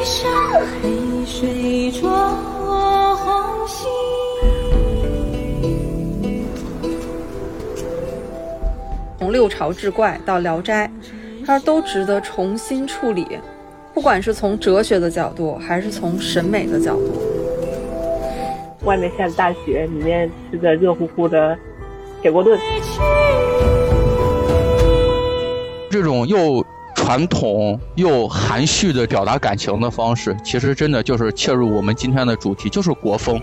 上黑水着红星。 从六朝志怪到聊斋，它都值得重新处理，不管是从哲学的角度还是从审美的角度。 外面下着大雪，里面吃着热乎乎的铁锅炖， 这种又传统又含蓄的表达感情的方式，其实真的就是切入我们今天的主题，就是国风。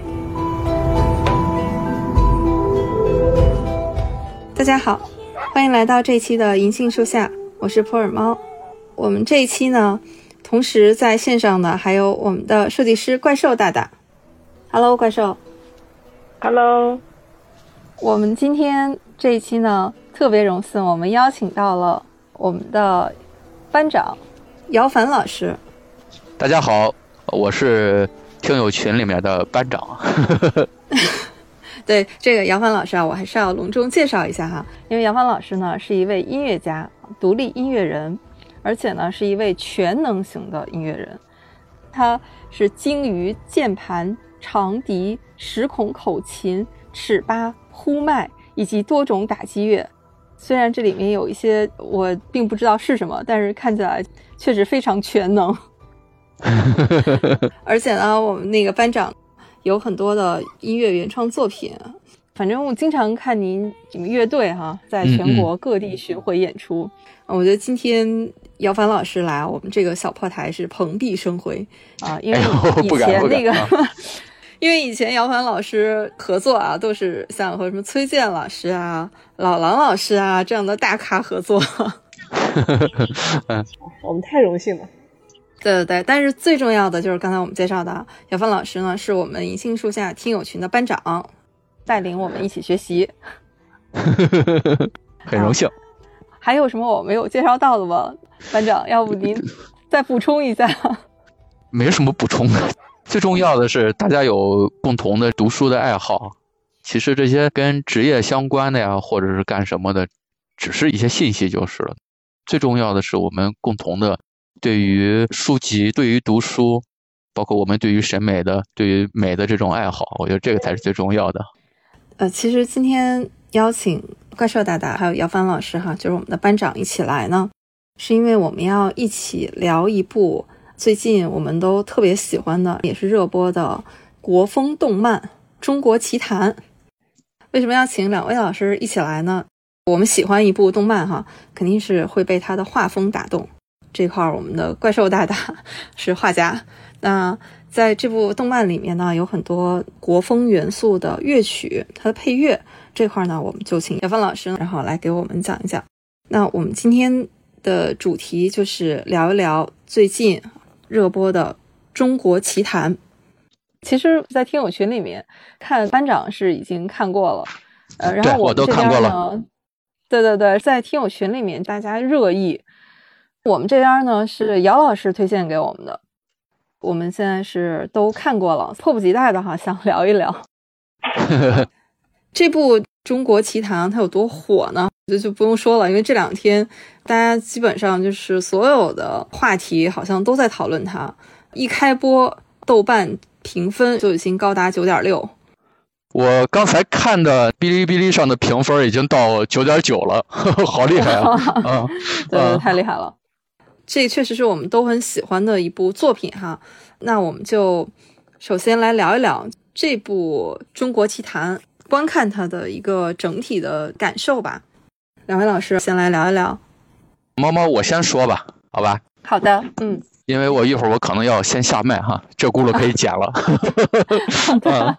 大家好，欢迎来到这一期的银杏树下，我是普洱猫。我们这一期呢，同时在线上呢还有我们的设计师怪兽大大。Hello， 怪兽。 Hello。 我们今天这一期呢，特别荣幸，我们邀请到了我们的班长姚凡老师。 大家好，我是听友群里面的班长。 对，这个姚凡老师啊，我还是要隆重介绍一下哈，因为姚凡老师呢是一位音乐家、独立音乐人，而且呢是一位全能型的音乐人。他是精于键盘、长笛、十孔口琴、尺八、呼麦以及多种打击乐。虽然这里面有一些我并不知道是什么，但是看起来确实非常全能。而且呢，我们那个班长有很多的音乐原创作品，反正我经常看您乐队哈，在全国各地巡回演出。我觉得今天姚凡老师来我们这个小破台是蓬荜生辉啊，因为以前那个，因为以前姚凡老师合作啊，都是像和什么崔健老师啊、老狼老师啊这样的大咖合作。 我们太荣幸了。 对，但是最重要的就是刚才我们介绍的姚凡老师呢，是我们银杏树下听友群的班长，带领我们一起学习。 很荣幸。 还有什么我没有介绍到的吗？班长，要不您再补充一下？ 没什么补充的，最重要的是大家有共同的读书的爱好。其实这些跟职业相关的呀，或者是干什么的，只是一些信息就是了。最重要的是我们共同的对于书籍、对于读书，包括我们对于审美的、对于美的这种爱好，我觉得这个才是最重要的。 其实今天邀请怪兽大大还有姚凡老师哈，就是我们的班长一起来呢，是因为我们要一起聊一部最近我们都特别喜欢的，也是热播的国风动漫《中国奇谭》。为什么要请两位老师一起来呢？我们喜欢一部动漫哈，肯定是会被它的画风打动。这块我们的怪兽大大是画家，那在这部动漫里面呢，有很多国风元素的乐曲，它的配乐这块呢，我们就请姚凡老师然后来给我们讲一讲。那我们今天的主题就是聊一聊最近热播的《中国奇谭》。其实在听友群里面看班长是已经看过了，然后我这边呢，对，在听友群里面大家热议，我们这边呢是姚老师推荐给我们的，我们现在是都看过了，迫不及待的哈，想聊一聊这部《中国奇谭》它有多火呢？就不用说了，因为这两天大家基本上就是所有的话题好像都在讨论它，一开播豆瓣评分就已经高达 9.6。 我刚才看的哔哩哔哩上的评分已经到 9.9 了，好厉害啊！ 对，太厉害了。这确实是我们都很喜欢的一部作品哈。那我们就首先来聊一聊这部《中国奇谭》，观看它的一个整体的感受吧。两位老师先来聊一聊。 猫猫，我先说吧，好吧？ 好的， 因为我一会儿我可能要先下麦哈，这轱辘可以剪了。 好的。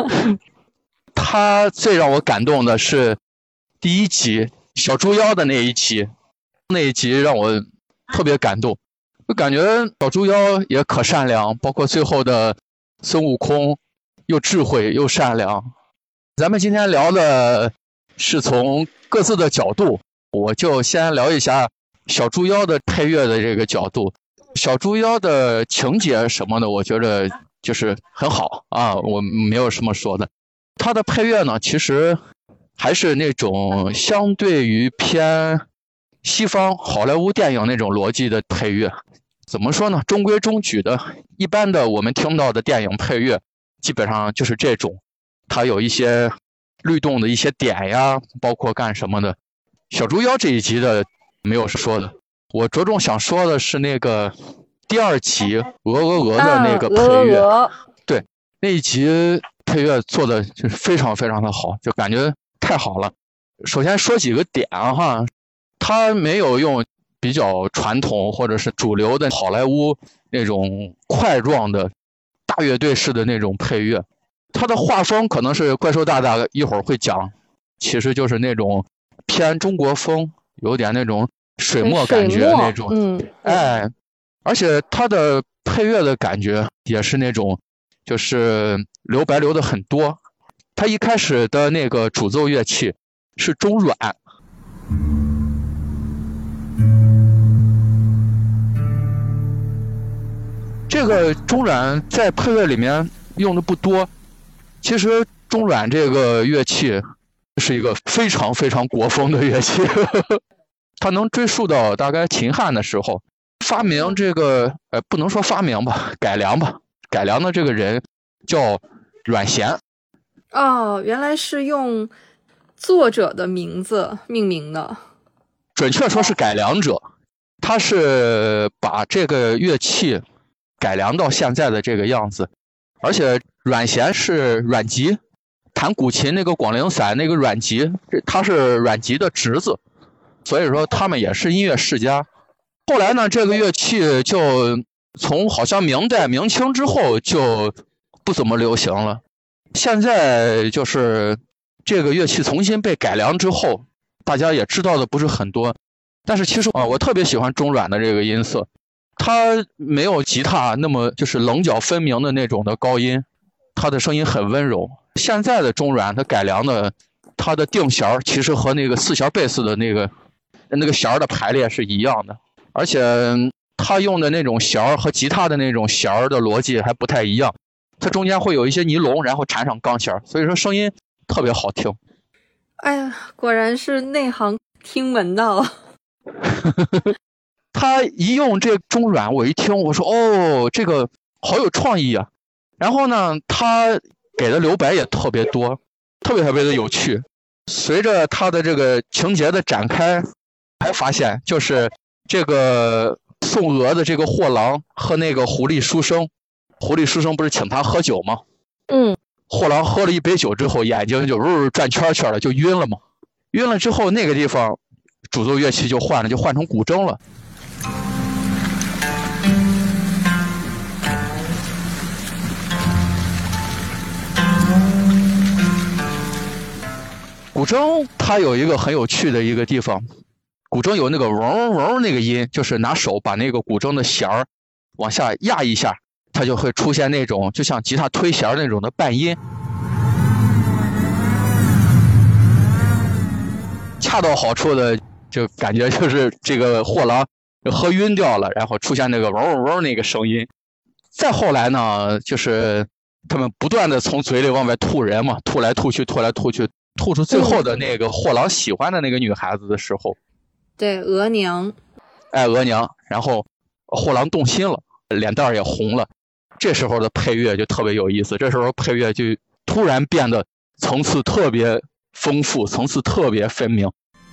他最让我感动的是第一集小猪妖的那一集，那一集让我特别感动。我感觉小猪妖也可善良，包括最后的孙悟空又智慧又善良。咱们今天聊的是从各自的角度，我就先聊一下小猪妖的配乐的这个角度。小猪妖的情节什么的，我觉得就是很好啊，我没有什么说的。它的配乐呢，其实还是那种相对于偏西方好莱坞电影那种逻辑的配乐， 怎么说呢，中规中矩的。一般的我们听到的电影配乐基本上就是这种，它有一些律动的一些点呀，包括干什么的。小猪妖这一集的没有说的，我着重想说的是那个第2集鹅的那个配乐，对，那一集配乐做的就是非常非常的好，就感觉太好了。首先说几个点哈，他没有用比较传统或者是主流的好莱坞那种块状的大乐队式的那种配乐，他的画风可能是怪兽大大一会儿会讲，其实就是那种偏中国风，有点那种水墨感觉那种，而且他的配乐的感觉也是那种就是留白留的很多。他一开始的那个主奏乐器是中阮，这个中阮在配乐里面用的不多，其实中阮这个乐器是一个非常非常国风的乐器，它能追溯到大概秦汉的时候。发明这个不能说发明吧，改良的这个人叫阮咸。 哦，原来是用作者的名字命名的。 准确说是改良者，他是把这个乐器改良到现在的这个样子。而且阮咸是阮籍，弹古琴那个广陵散那个阮籍，他是阮籍的侄子，所以说他们也是音乐世家。后来呢，这个乐器就从好像明代明清之后就不怎么流行了。现在就是这个乐器重新被改良之后，大家也知道的不是很多。但是其实我特别喜欢中阮的这个音色，它没有吉他那么就是棱角分明的那种的高音，它的声音很温柔。现在的中阮它改良的，它的定弦其实和那个4弦贝斯的那个弦的排列是一样的。而且它用的那种弦和吉他的那种弦的逻辑还不太一样，它中间会有一些尼龙，然后缠上钢弦，所以说声音特别好听。 哎呀，果然是内行听门道。 他一用这中阮，我一听我说哦，这个好有创意啊。然后呢，他给的留白也特别多，特别的有趣。随着他的这个情节的展开，还发现就是这个宋娥的这个货郎和那个狐狸书生不是请他喝酒吗？货郎喝了一杯酒之后，眼睛就转圈圈了，就晕了嘛。晕了之后，那个地方主奏乐器就换成古筝了。古筝它有一个很有趣的一个地方，古筝有那个嗡嗡那个音，就是拿手把那个古筝的弦儿往下压一下，它就会出现那种就像吉他推弦那种的半音，恰到好处的就感觉就是这个货郎喝晕掉了，然后出现那个嗡嗡嗡那个声音。再后来呢，就是他们不断的从嘴里往外吐人嘛，吐来吐去，吐出最后的那个货郎喜欢的那个女孩子的时候， 对，额娘， 额娘，然后货郎动心了，脸蛋也红了，这时候的配乐就特别有意思，这时候配乐就突然变得层次特别丰富，层次特别分明。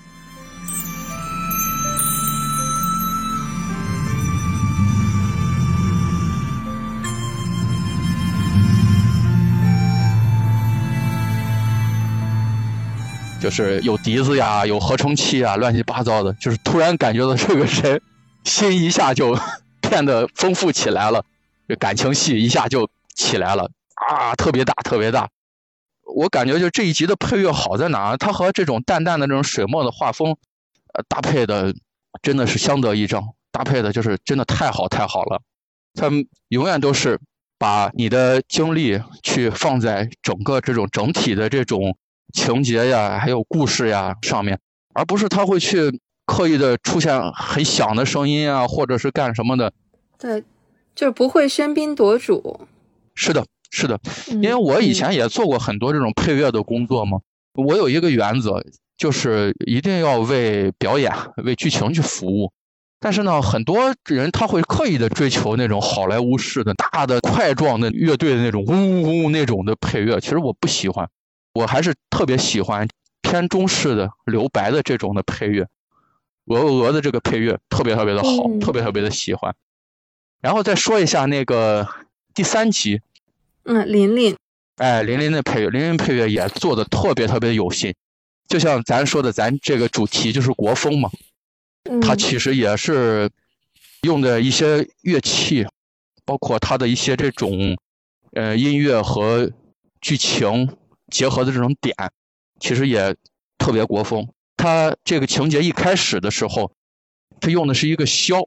就是有笛子呀，有合成器啊，乱七八糟的，就是突然感觉到这个人心一下就变得丰富起来了，感情戏一下就起来了啊，特别大。我感觉就这一集的配乐好在哪？它和这种淡淡的这种水墨的画风，搭配的真的是相得益彰，搭配的就是真的太好了。它永远都是把你的精力去放在整个这种整体的这种情节呀，还有故事呀上面，而不是他会去刻意的出现很响的声音啊，或者是干什么的。 对，就是不会喧宾夺主。 是的，因为我以前也做过很多这种配乐的工作嘛。我有一个原则，就是一定要为表演、为剧情去服务。 但是呢，很多人他会刻意的追求那种好莱坞式的大的块状的乐队的那种呜呜呜那种的配乐，其实我不喜欢，我还是特别喜欢偏中式的留白的这种的配乐。鹅的这个配乐特别特别的好，特别特别的喜欢。然后再说一下那个第3集， 琳琳， 琳琳的配乐，琳琳配乐也做的特别特别有心。就像咱说的，咱这个主题就是国风嘛，它其实也是用的一些乐器，包括它的一些这种音乐和剧情结合的这种点，其实也特别国风。它这个情节一开始的时候，它用的是一个箫，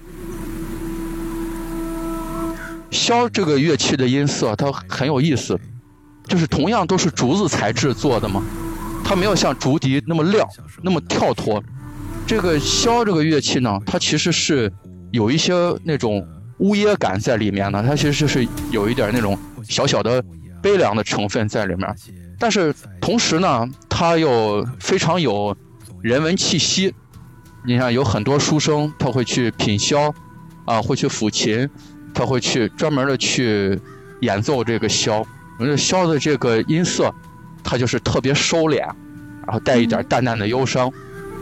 箫这个乐器的音色它很有意思，就是同样都是竹子材质做的嘛，它没有像竹笛那么亮那么跳脱。这个箫这个乐器呢，它其实是有一些那种呜咽感在里面的，它其实是有一点那种小小的悲凉的成分在里面，但是同时呢，它又非常有人文气息。你看有很多书生他会去品箫会去抚琴，他会去专门的去演奏这个箫。箫的这个音色它就是特别收敛，然后带一点淡淡的忧伤。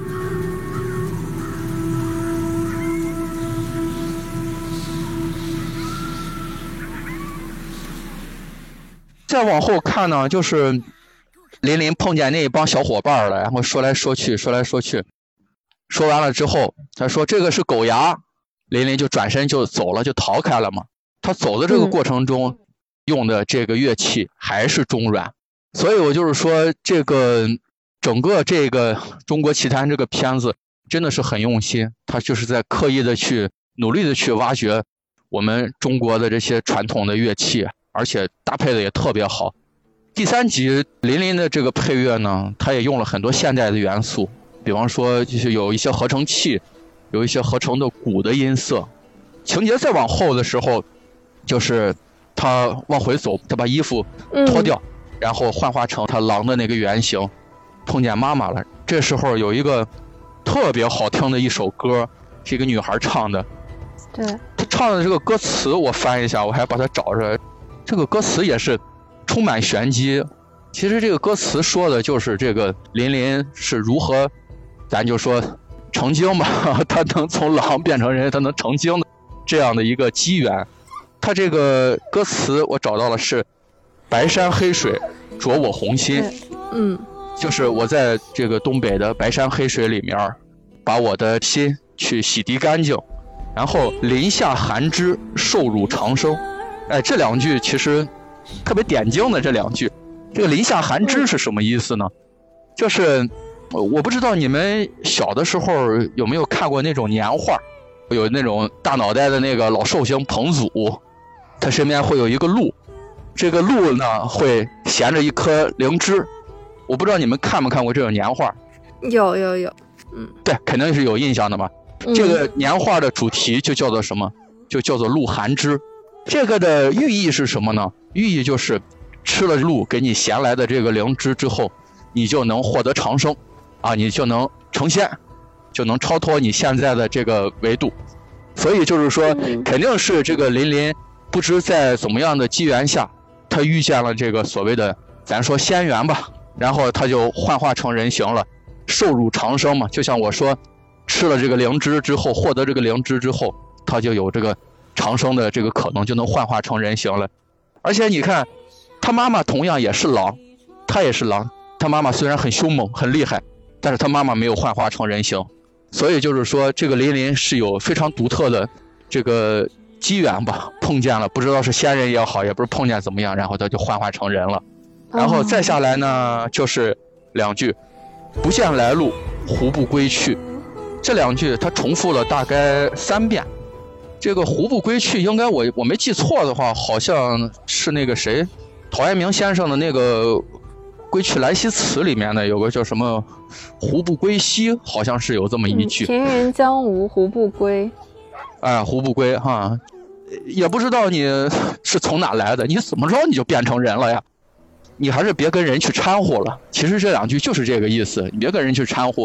再往后看呢，就是琳琳碰见那一帮小伙伴了，然后说来说去，说完了之后，他说这个是狗牙，琳琳就转身就走了，就逃开了嘛。他走的这个过程中用的这个乐器还是中阮，所以我就是说，这个整个这个中国奇谭这个片子真的是很用心，他就是在刻意的去努力的去挖掘我们中国的这些传统的乐器，而且搭配的也特别好。第3集琳琳的这个配乐呢，它也用了很多现代的元素，比方说就是有一些合成器，有一些合成的鼓的音色。情节再往后的时候，就是他往回走，他把衣服脱掉，然后幻化成他狼的那个原型，碰见妈妈了。这时候有一个特别好听的一首歌，是一个女孩唱的。 对， 她唱的这个歌词我翻一下，我还把它找出来。这个歌词也是充满玄机。其实这个歌词说的就是这个琳琳是如何，咱就说成精吧，她能从狼变成人，她能成精的这样的一个机缘。她这个歌词我找到了，是白山黑水着我红心。就是我在这个东北的白山黑水里面，把我的心去洗涤干净，然后林下寒枝受辱长生。这2句其实特别点睛的。这2句，这个林下寒枝是什么意思呢？就是我不知道你们小的时候有没有看过那种年画，有那种大脑袋的那个老寿星彭祖，他身边会有一个鹿，这个鹿呢会衔着一颗灵芝。我不知道你们看没看过这种年画。 有对，肯定是有印象的嘛。这个年画的主题就叫做什么？就叫做鹿寒枝。这个的寓意是什么呢？寓意就是吃了鹿给你衔来的这个灵芝之后，你就能获得长生你就能成仙，就能超脱你现在的这个维度。所以就是说肯定是这个琳琳不知在怎么样的机缘下，她遇见了这个所谓的咱说仙缘吧，然后她就幻化成人形了，受辱长生嘛。就像我说，吃了这个灵芝之后，获得这个灵芝之后，她就有这个长生的这个可能，就能幻化成人形了。而且你看他妈妈同样也是狼，他也是狼，他妈妈虽然很凶猛很厉害，但是他妈妈没有幻化成人形。所以就是说这个琳琳是有非常独特的这个机缘吧，碰见了，不知道是仙人也好，也不是碰见怎么样，然后他就幻化成人了。然后再下来呢，就是2句不见来路胡不归去。这2句他重复了大概3遍。这个胡不归去应该我没记错的话，好像是那个谁陶渊明先生的那个归去来兮辞里面的有个叫什么胡不归西，好像是有这么一句。 平原将无胡不归。 胡不归哈，也不知道你是从哪来的，你怎么着你就变成人了呀？你还是别跟人去掺和了。其实这2句就是这个意思，你别跟人去掺和了。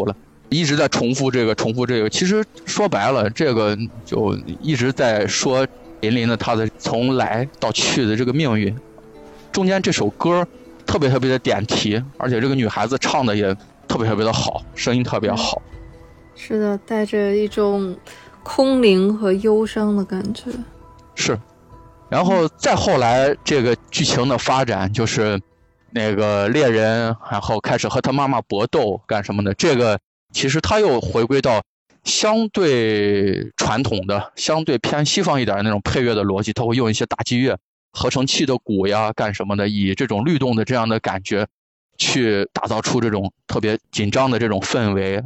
一直在重复这个。其实说白了，这个就一直在说林林的他的从来到去的这个命运。中间这首歌特别的点题，而且这个女孩子唱的也特别的好，声音特别好。 是的，带着一种空灵和忧伤的感觉。 是，然后再后来这个剧情的发展就是那个猎人然后开始和他妈妈搏斗干什么的，这个其实他又回归到相对传统的相对偏西方一点的那种配乐的逻辑，他会用一些打击乐合成器的鼓呀干什么的，以这种律动的这样的感觉去打造出这种特别紧张的这种氛围。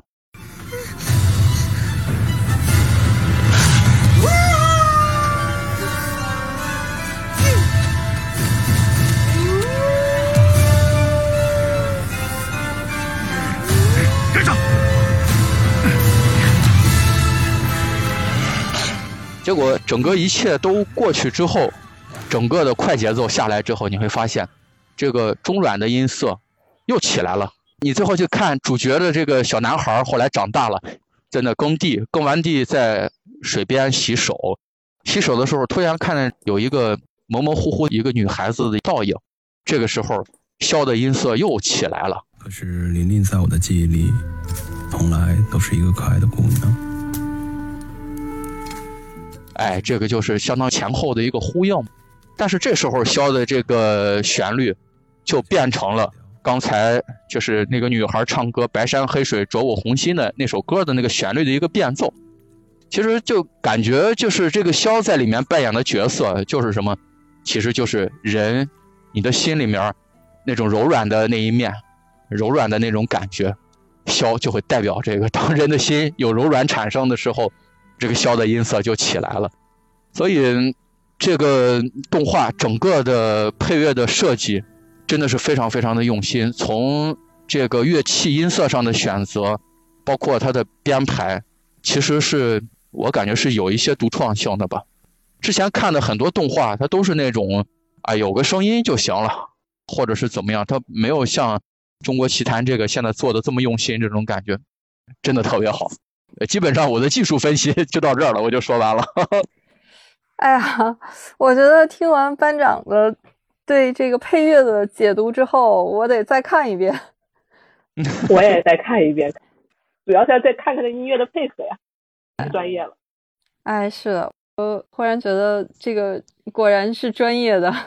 结果整个一切都过去之后，整个的快节奏下来之后，你会发现这个中软的音色又起来了。你最后去看主角的这个小男孩后来长大了，在那耕完地在水边洗手的时候，突然看见有一个模模糊糊一个女孩子的倒影，这个时候箫的音色又起来了。 可是琳琳在我的记忆里从来都是一个可爱的姑娘。 这个就是相当前后的一个呼应。但是这时候箫的这个旋律就变成了刚才就是那个女孩唱歌白山黑水灼我红心的那首歌的那个旋律的一个变奏。其实就感觉就是这个箫在里面扮演的角色就是什么，其实就是人你的心里面那种柔软的那一面，柔软的那种感觉，箫就会代表这个当人的心有柔软产生的时候，这个箫的音色就起来了。所以这个动画整个的配乐的设计真的是非常的用心，从这个乐器音色上的选择，包括它的编排，其实是我感觉是有一些独创性的吧。之前看的很多动画它都是那种有个声音就行了，或者是怎么样，它没有像中国奇谭这个现在做的这么用心，这种感觉真的特别好。基本上我的技术分析就到这儿了，我就说完了。 哎呀，我觉得听完班长的对这个配乐的解读之后，我得再看一遍。 我也再看一遍，主要是要再看看这音乐的配合呀，太专业了。 是的，我忽然觉得这个果然是专业的。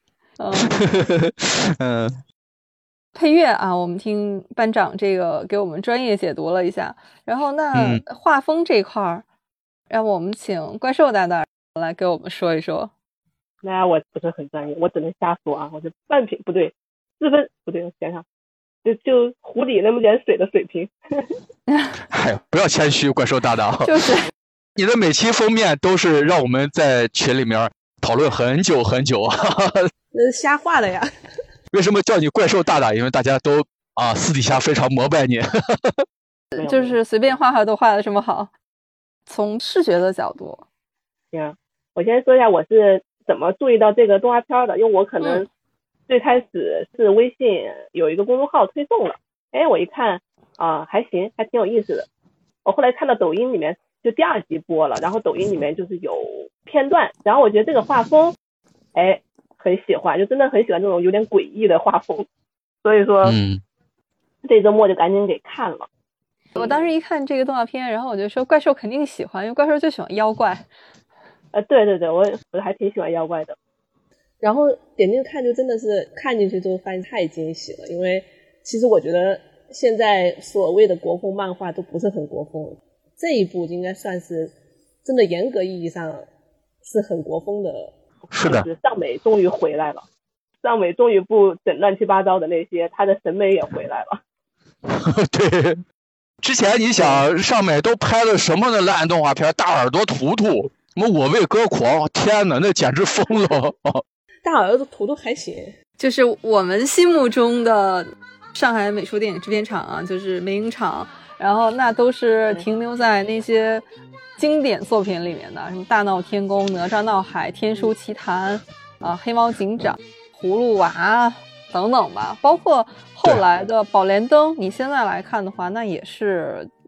配乐我们听班长这个给我们专业解读了一下，然后那画风这块让我们请怪兽大大来给我们说一说。 那我不是很专业，我只能瞎说我就半瓶不对，4分不对，我想想，就壶底那么点水的水平。 不要谦虚，怪兽大大。 就是你的每期封面都是让我们在群里面讨论很久很久。 瞎画的呀。 为什么叫你怪兽大大？因为大家都私底下非常膜拜你。 就是随便画都画的这么好。从视觉的角度， 我先说一下我是怎么注意到这个动画片的，因为我可能最开始是微信有一个公众号推送了，我一看还行，还挺有意思的。我后来看到抖音里面就第2集播了，然后抖音里面就是有片段，然后我觉得这个画风很喜欢，就真的很喜欢这种有点诡异的画风，所以说这周末就赶紧给看了。 我当时一看这个动画片，然后我就说怪兽肯定喜欢，因为怪兽最喜欢妖怪。 对，我还挺喜欢妖怪的。 然后点进去看，就真的是看进去之后发现太惊喜了，因为其实我觉得现在所谓的国风漫画都不是很国风，这一部应该算是真的严格意义上是很国风的。 是的， 上美终于回来了，上美终于不整乱七八糟的那些，他的审美也回来了。 对，之前你想上美都拍了什么的烂动画片，大耳朵图图，什么我为歌狂，天哪，那简直疯了。 大耳朵图图还行， 就是我们心目中的上海美术电影制片厂就是美影厂，然后那都是停留在那些经典作品里面的，什么大闹天宫、哪吒闹海、天书奇谭黑猫警长、葫芦娃等等吧，包括后来的宝莲灯，你现在来看的话，那也是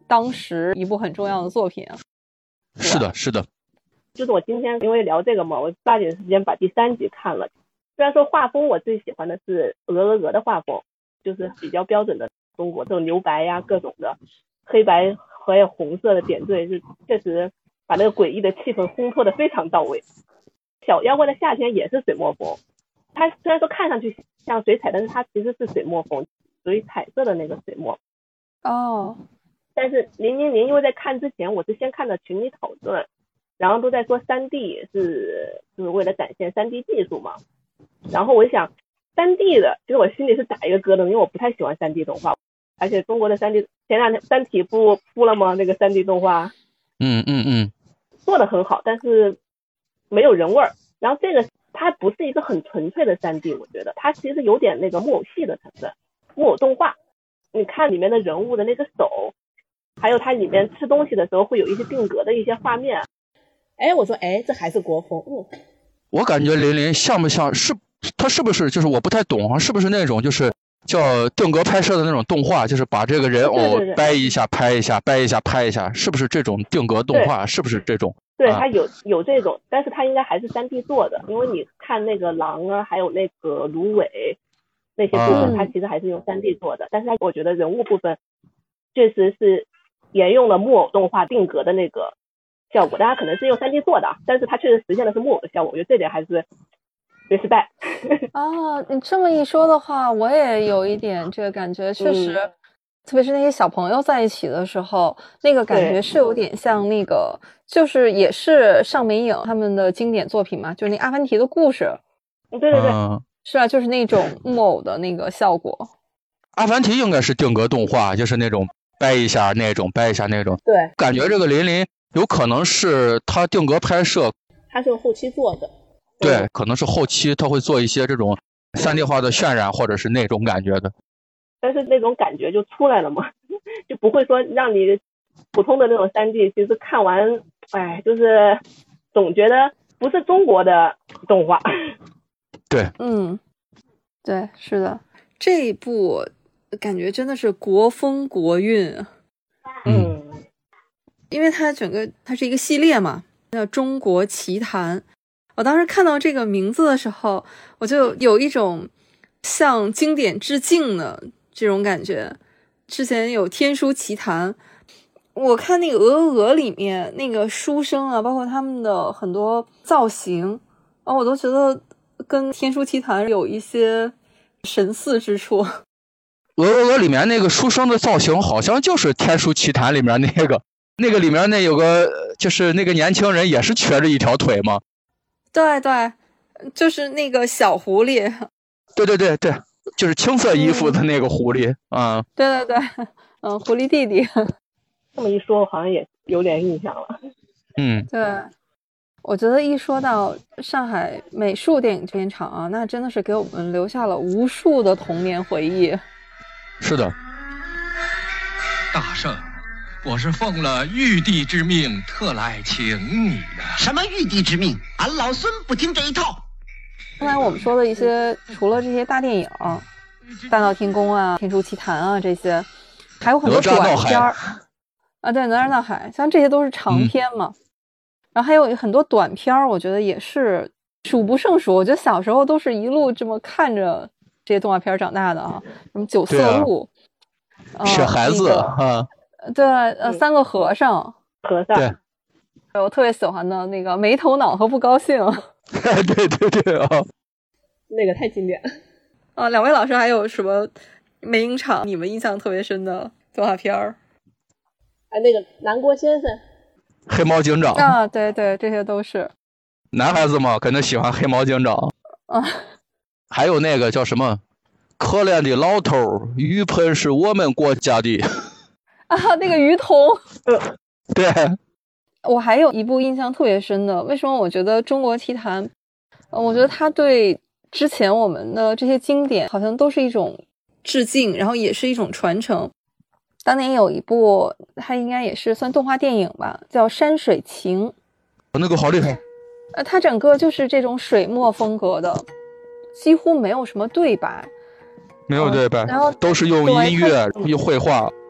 当时一部很重要的作品啊。 是的，是的。 就是我今天因为聊这个嘛，我抓紧时间把第3集看了。虽然说画风我最喜欢的是鹅的画风，就是比较标准的中国这种留白呀，各种的黑白还有红色的点缀，是确实把那个诡异的气氛烘托的非常到位。小妖怪的夏天也是水墨风，它虽然说看上去像水彩，但是它其实是水墨风，属于彩色的那个水墨。 哦。 但是000因为在看之前我是先看的群里讨论，然后都在说 3D 就是为了展现 3D 技术嘛。然后我就想 3D 的，其实我心里是打一个咯噔，因为我不太喜欢 3D 动画，而且中国的 3D 前两天3体不出了吗？那个 3D 动画，做得很好，但是没有人味儿。然后这个它不是一个很纯粹的 3D， 我觉得它其实有点那个木偶戏的成分，木偶动画。你看里面的人物的那个手，还有它里面吃东西的时候会有一些定格的一些画面。 我说这还是国风。 我感觉林像不像它是不是就是我不太懂啊，是不是那种就是叫定格拍摄的那种动画，就是把这个人对掰一下拍一下，掰一下拍一下，是不是这种定格动画？是不是这种？ 对，它有这种，但是它应该还是 3D 做的，因为你看那个狼啊，还有那个芦苇那些部分，它其实还是用 3D 做的，但是我觉得人物部分确实是沿用了木偶动画定格的那个效果，大家可能是用 3D 做的，但是它确实实现的是木偶的效果，我觉得这点还是respect。 哦，你这么一说的话，我也有一点这个感觉，确实，特别是那些小朋友在一起的时候，那个感觉是有点像那个，就是也是尚美影他们的经典作品嘛，就是那阿凡提的故事。 对， 是啊，就是那种木偶的那个效果。 阿凡提应该是定格动画，就是那种掰一下那种，掰一下那种。 对， 感觉这个林有可能是他定格拍摄， 他是后期做的。 对，可能是后期他会做一些这种3D 化的渲染，或者是那种感觉的。 但是那种感觉就出来了嘛，就不会说让你普通的那种 3D， 其实看完，就是总觉得不是中国的动画。 对， 对，是的，这一部感觉真的是国风国韵。因为它是一个系列嘛，叫《中国奇谭》。我当时看到这个名字的时候，我就有一种向经典致敬的这种感觉。之前有《天书奇谭》，我看那个鹅里面那个书生啊，包括他们的很多造型，我都觉得跟《天书奇谭》有一些神似之处。 鹅里面那个书生的造型好像就是《天书奇谭》里面那个里面那有个就是那个年轻人也是瘸着一条腿吗？ 对，就是那个小狐狸。 对，就是青色衣服的那个狐狸。 对，狐狸弟弟。 这么一说，我好像也有点印象了。 对，我觉得一说到上海美术电影片厂啊，那真的是给我们留下了无数的童年回忆。 是的。 大圣，我是奉了玉帝之命特来请你的。 什么玉帝之命？俺老孙不听这一套。 刚才我们说的一些，除了这些大电影，大闹天宫啊、天书奇谭啊这些，还有很多短片儿啊，对，哪吒闹海，像这些都是长片嘛。然后还有很多短片儿，我觉得也是数不胜数。我觉得小时候都是一路这么看着这些动画片长大的啊，什么九色鹿、 雪孩子对，三个和尚， 对， 我特别喜欢的那个没头脑和不高兴。 对那个太经典了。两位老师还有什么美影厂你们印象特别深的动画片儿？ 那个南国先生、 黑猫警长啊，对，这些都是男孩子嘛，肯定喜欢黑猫警长啊。 还有那个叫什么？可怜的老头，鱼盆是我们国家的啊，那个鱼童。 对， 我还有一部印象特别深的，为什么我觉得中国奇谭，我觉得它对之前我们的这些经典好像都是一种致敬，然后也是一种传承。当年有一部，它应该也是算动画电影吧，叫《山水情》。 那个好厉害。 它整个就是这种水墨风格的，几乎没有什么对白。 没有对白， 然后都是用音乐、用绘画。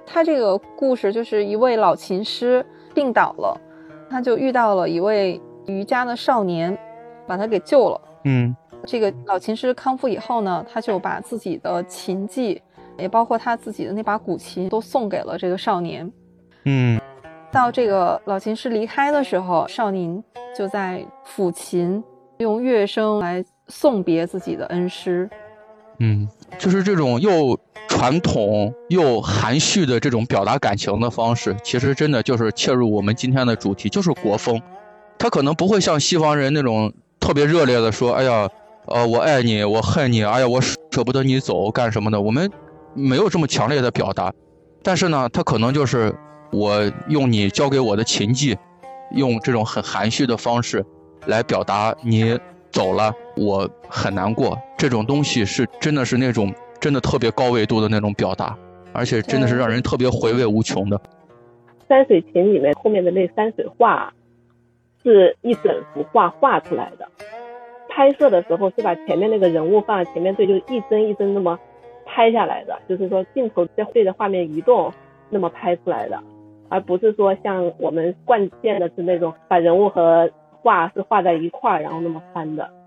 他这个故事就是一位老琴师病倒了，他就遇到了一位瑜伽的少年，把他给救了。这个老琴师康复以后呢，他就把自己的琴技，也包括他自己的那把古琴都送给了这个少年。到这个老琴师离开的时候，少年就在抚琴，用乐声来送别自己的恩师。 就是这种又传统又含蓄的这种表达感情的方式，其实真的就是切入我们今天的主题，就是国风。他可能不会像西方人那种特别热烈的说，哎呀我爱你，我恨你，哎呀我舍不得你走干什么的，我们没有这么强烈的表达。但是呢，他可能就是我用你教给我的琴技，用这种很含蓄的方式来表达你走了我很难过，这种东西是真的是那种真的特别高维度的那种表达，而且真的是让人特别回味无穷的。 山水琴里面后面的那山水画是一整幅画画出来的，拍摄的时候是把前面那个人物放在前面，对，就一帧一帧那么拍下来的，就是说镜头在对着画面移动那么拍出来的，而不是说像我们惯见的是那种把人物和画是画在一块然后那么翻的。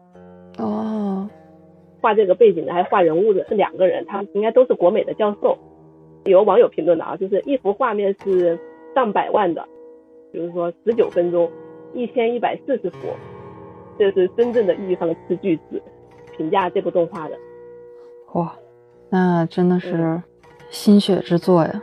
画这个背景的还画人物的是2个人，他们应该都是国美的教授。有网友评论的啊，就是一幅画面是上百万的，比如说19分钟1140幅，这是真正的意义上的吃巨资评价这部动画的。 哇，那真的是心血之作呀。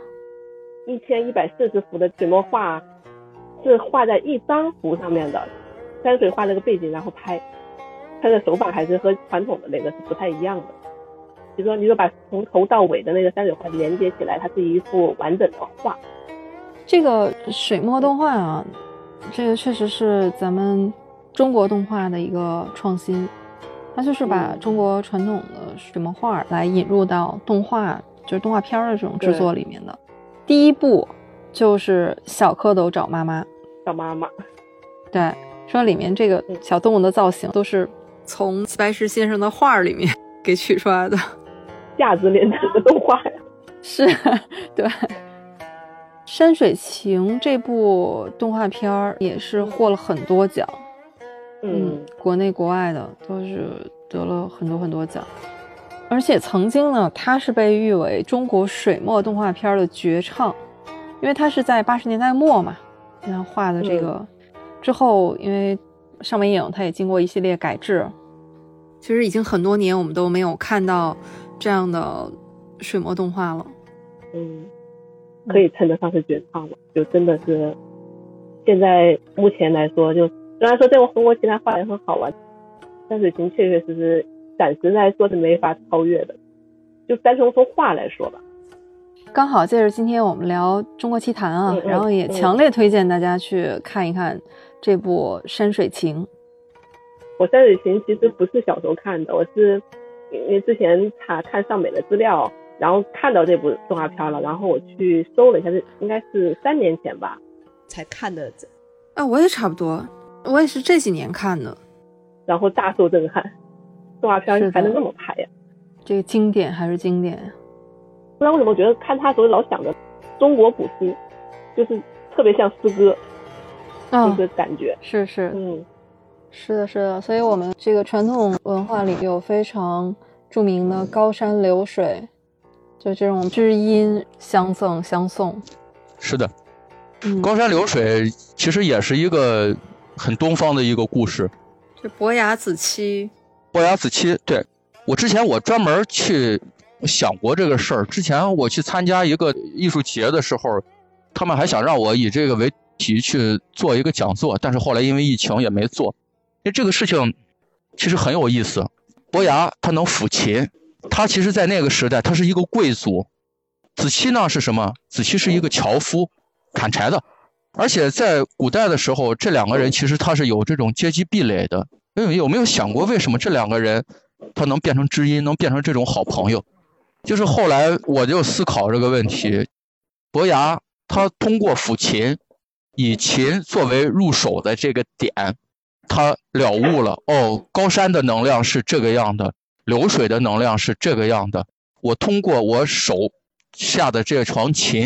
1140幅的水墨画是画在一张图上面的，山水画那个背景然后拍，它的手法还是和传统的那个是不太一样的。比如说你说把从头到尾的那个山水画连接起来，它是一幅完整的画。 这个水墨动画啊，这个确实是咱们中国动画的一个创新，它就是把中国传统的水墨画来引入到动画，就是动画片的这种制作里面的。第一部就是小蝌蚪找妈妈。 找妈妈， 对，说里面这个小动物的造型都是从齐白石先生的画里面给取出来的， 价值连城的动画呀。 是，对。山水情这部动画片也是获了很多奖，国内国外的都是得了很多很多奖，而且曾经呢，它是被誉为中国水墨动画片的绝唱，因为它是在80年代末嘛，然后画的这个之后，因为上美影它也经过一系列改制，其实已经很多年我们都没有看到这样的水墨动画了。 可以称得上是绝唱了，就真的是现在目前来说，就虽然说在中国其他画也很好玩，山水情确确实实暂时来说是没法超越的，就单从画来说吧。 刚好借着今天我们聊中国奇谭啊，然后也强烈推荐大家去看一看这部山水情。 我山水情其实不是小时候看的，我是因为之前看上美的资料，然后看到这部动画片了，然后我去搜了一下，应该是3年前吧才看的。 我也差不多，我也是这几年看的， 然后大受震撼，动画片还能那么拍呀， 这个经典还是经典呀。 不知道为什么觉得看他的时候老想着中国古诗，就是特别像诗歌，就是感觉是是的，所以我们这个传统文化里有非常著名的高山流水，就这种知音相赠相送。 是的，高山流水其实也是一个很东方的一个故事。 这伯牙子期， 对，我之前专门去想过这个事儿。之前我去参加一个艺术节的时候，他们还想让我以这个为题去做一个讲座，但是后来因为疫情也没做。因为这个事情其实很有意思，伯牙他能抚琴，他其实在那个时代他是一个贵族。子期呢是什么？子期是一个樵夫，砍柴的。而且在古代的时候，这2个人其实他是有这种阶级壁垒的。有没有想过为什么这2个人他能变成知音，能变成这种好朋友？就是后来我就思考这个问题，伯牙他通过抚琴，以琴作为入手的这个点，他了悟了，高山的能量是这个样的，流水的能量是这个样的。我通过我手下的这床琴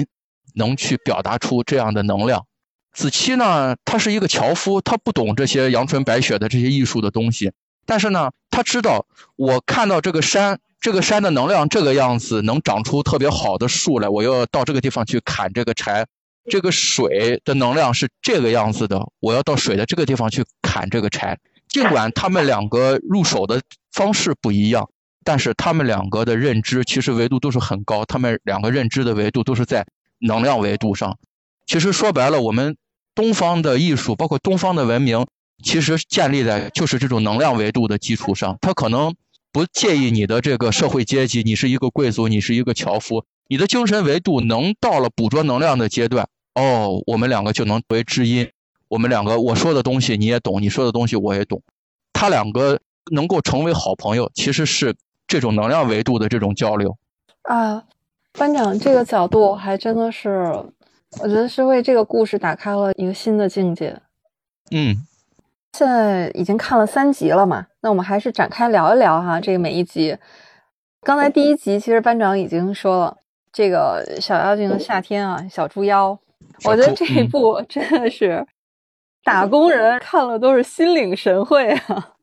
能去表达出这样的能量。子期呢，他是一个樵夫，他不懂这些阳春白雪的这些艺术的东西，但是呢，他知道我看到这个山的能量这个样子，能长出特别好的树来，我要到这个地方去砍这个柴。这个水的能量是这个样子的，我要到水的这个地方去砍这个柴。尽管他们两个入手的方式不一样，但是他们两个的认知其实维度都是很高，他们两个认知的维度都是在能量维度上。其实说白了，我们东方的艺术包括东方的文明其实建立在就是这种能量维度的基础上。他可能不介意你的这个社会阶级，你是一个贵族，你是一个樵夫，你的精神维度能到了捕捉能量的阶段，我们两个就能为知音，我们两个我说的东西你也懂，你说的东西我也懂，他两个能够成为好朋友，其实是这种能量维度的这种交流啊。班长这个角度还真的是，我觉得是为这个故事打开了一个新的境界。现在已经看了3集了嘛，那我们还是展开聊一聊哈，这个每一集。刚才第1集其实班长已经说了，这个小妖精的夏天啊，小猪妖，我觉得这一部真的是打工人看了都是心领神会啊。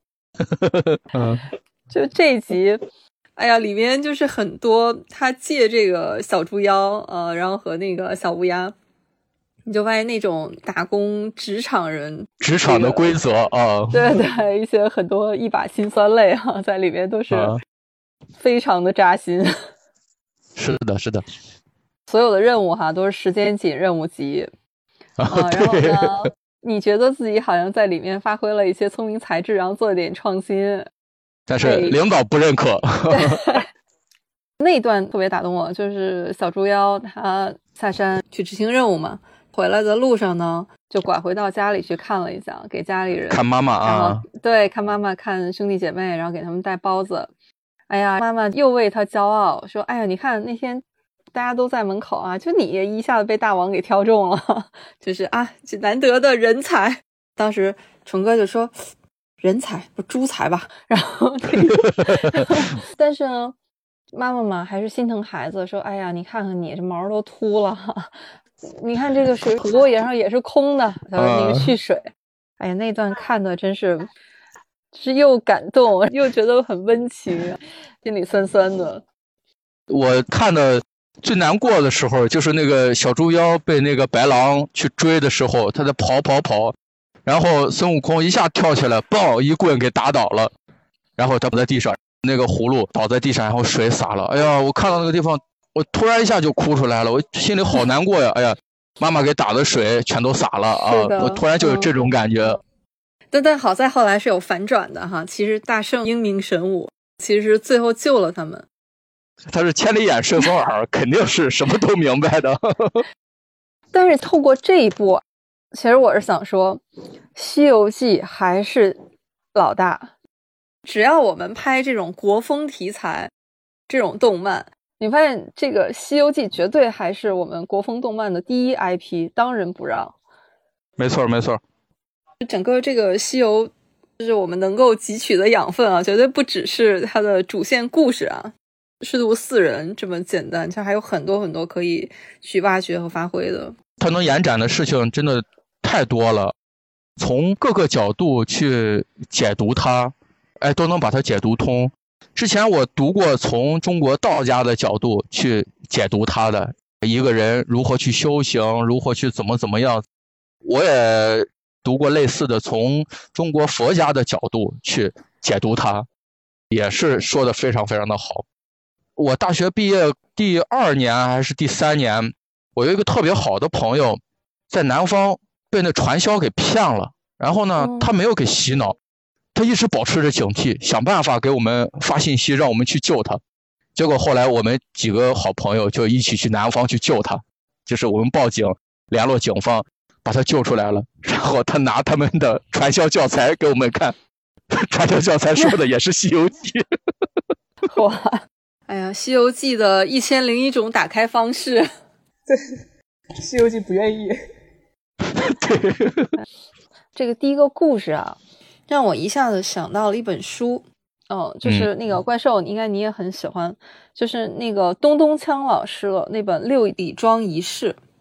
就这一集，哎呀，里面就是很多他借这个小猪妖然后和那个小乌鸦，你就发现那种打工职场人职场的规则啊， 对对，一些很多一把辛酸泪啊，在里面都是非常的扎心。 是的，是的， 所有的任务哈都是时间紧，任务急然后呢，你觉得自己好像在里面发挥了一些聪明才智，然后做一点创新， 但是领导不认可。 那一段特别打动我，就是小猪妖他下山去执行任务嘛，回来的路上呢，就拐回到家里去看了一下，给家里人看妈妈啊， 对，看妈妈，看兄弟姐妹，然后给他们带包子。哎呀，妈妈又为他骄傲，说：“哎呀，你看那天大家都在门口啊，就你一下子被大王给挑中了，就是啊，这难得的人才。”当时纯哥就说：“人才不猪才吧？”然后但是呢，妈妈嘛还是心疼孩子，说：“哎呀，你看看你这毛都秃了，你看这个水壶也是空的，他说那个蓄水。”哎呀，那段看的真是又感动又觉得很温情，心里酸酸的。 我看的最难过的时候就是那个小猪妖被那个白狼去追的时候，他在跑，然后孙悟空一下跳起来，嘣一棍给打倒了，然后他在地上，那个葫芦倒在地上，然后水洒了。哎呀，我看到那个地方，我突然一下就哭出来了，我心里好难过呀！哎呀，妈妈给打的水全都洒了啊！我突然就有这种感觉。 但好在后来是有反转的哈，其实大圣英明神武，其实最后救了他们。 他是千里眼顺风耳，肯定是什么都明白的。 但是透过这一部，其实我是想说，《西游记》还是老大。只要我们拍这种国风题材这种动漫，你发现这个《西游记》绝对还是我们国风动漫的第一 IP， 当仁不让。 没错没错， 整个这个西游就是我们能够汲取的养分啊，绝对不只是它的主线故事啊，师徒4人这么简单，它还有很多很多可以去挖掘和发挥的。 它能延展的事情真的太多了，从各个角度去解读它，都能把它解读通。之前我读过从中国道家的角度去解读它的，一个人如何去修行，如何去怎么样。我也读过类似的从中国佛家的角度去解读它，也是说的非常非常的好。我大学毕业第2年还是第3年，我有一个特别好的朋友在南方被那传销给骗了，然后呢他没有给洗脑，他一直保持着警惕，想办法给我们发信息让我们去救他。结果后来我们几个好朋友就一起去南方去救他，就是我们报警联络警方把他救出来了，然后他拿他们的传销教材给我们看，传销教材说的也是西游记。 哇，哎呀，西游记的1001种打开方式。 对，西游记不愿意。 对， 这个第一个故事啊，让我一下子想到了一本书，就是那个怪兽，应该你也很喜欢，就是那个东东锵老师了那本《六里庄遗事》。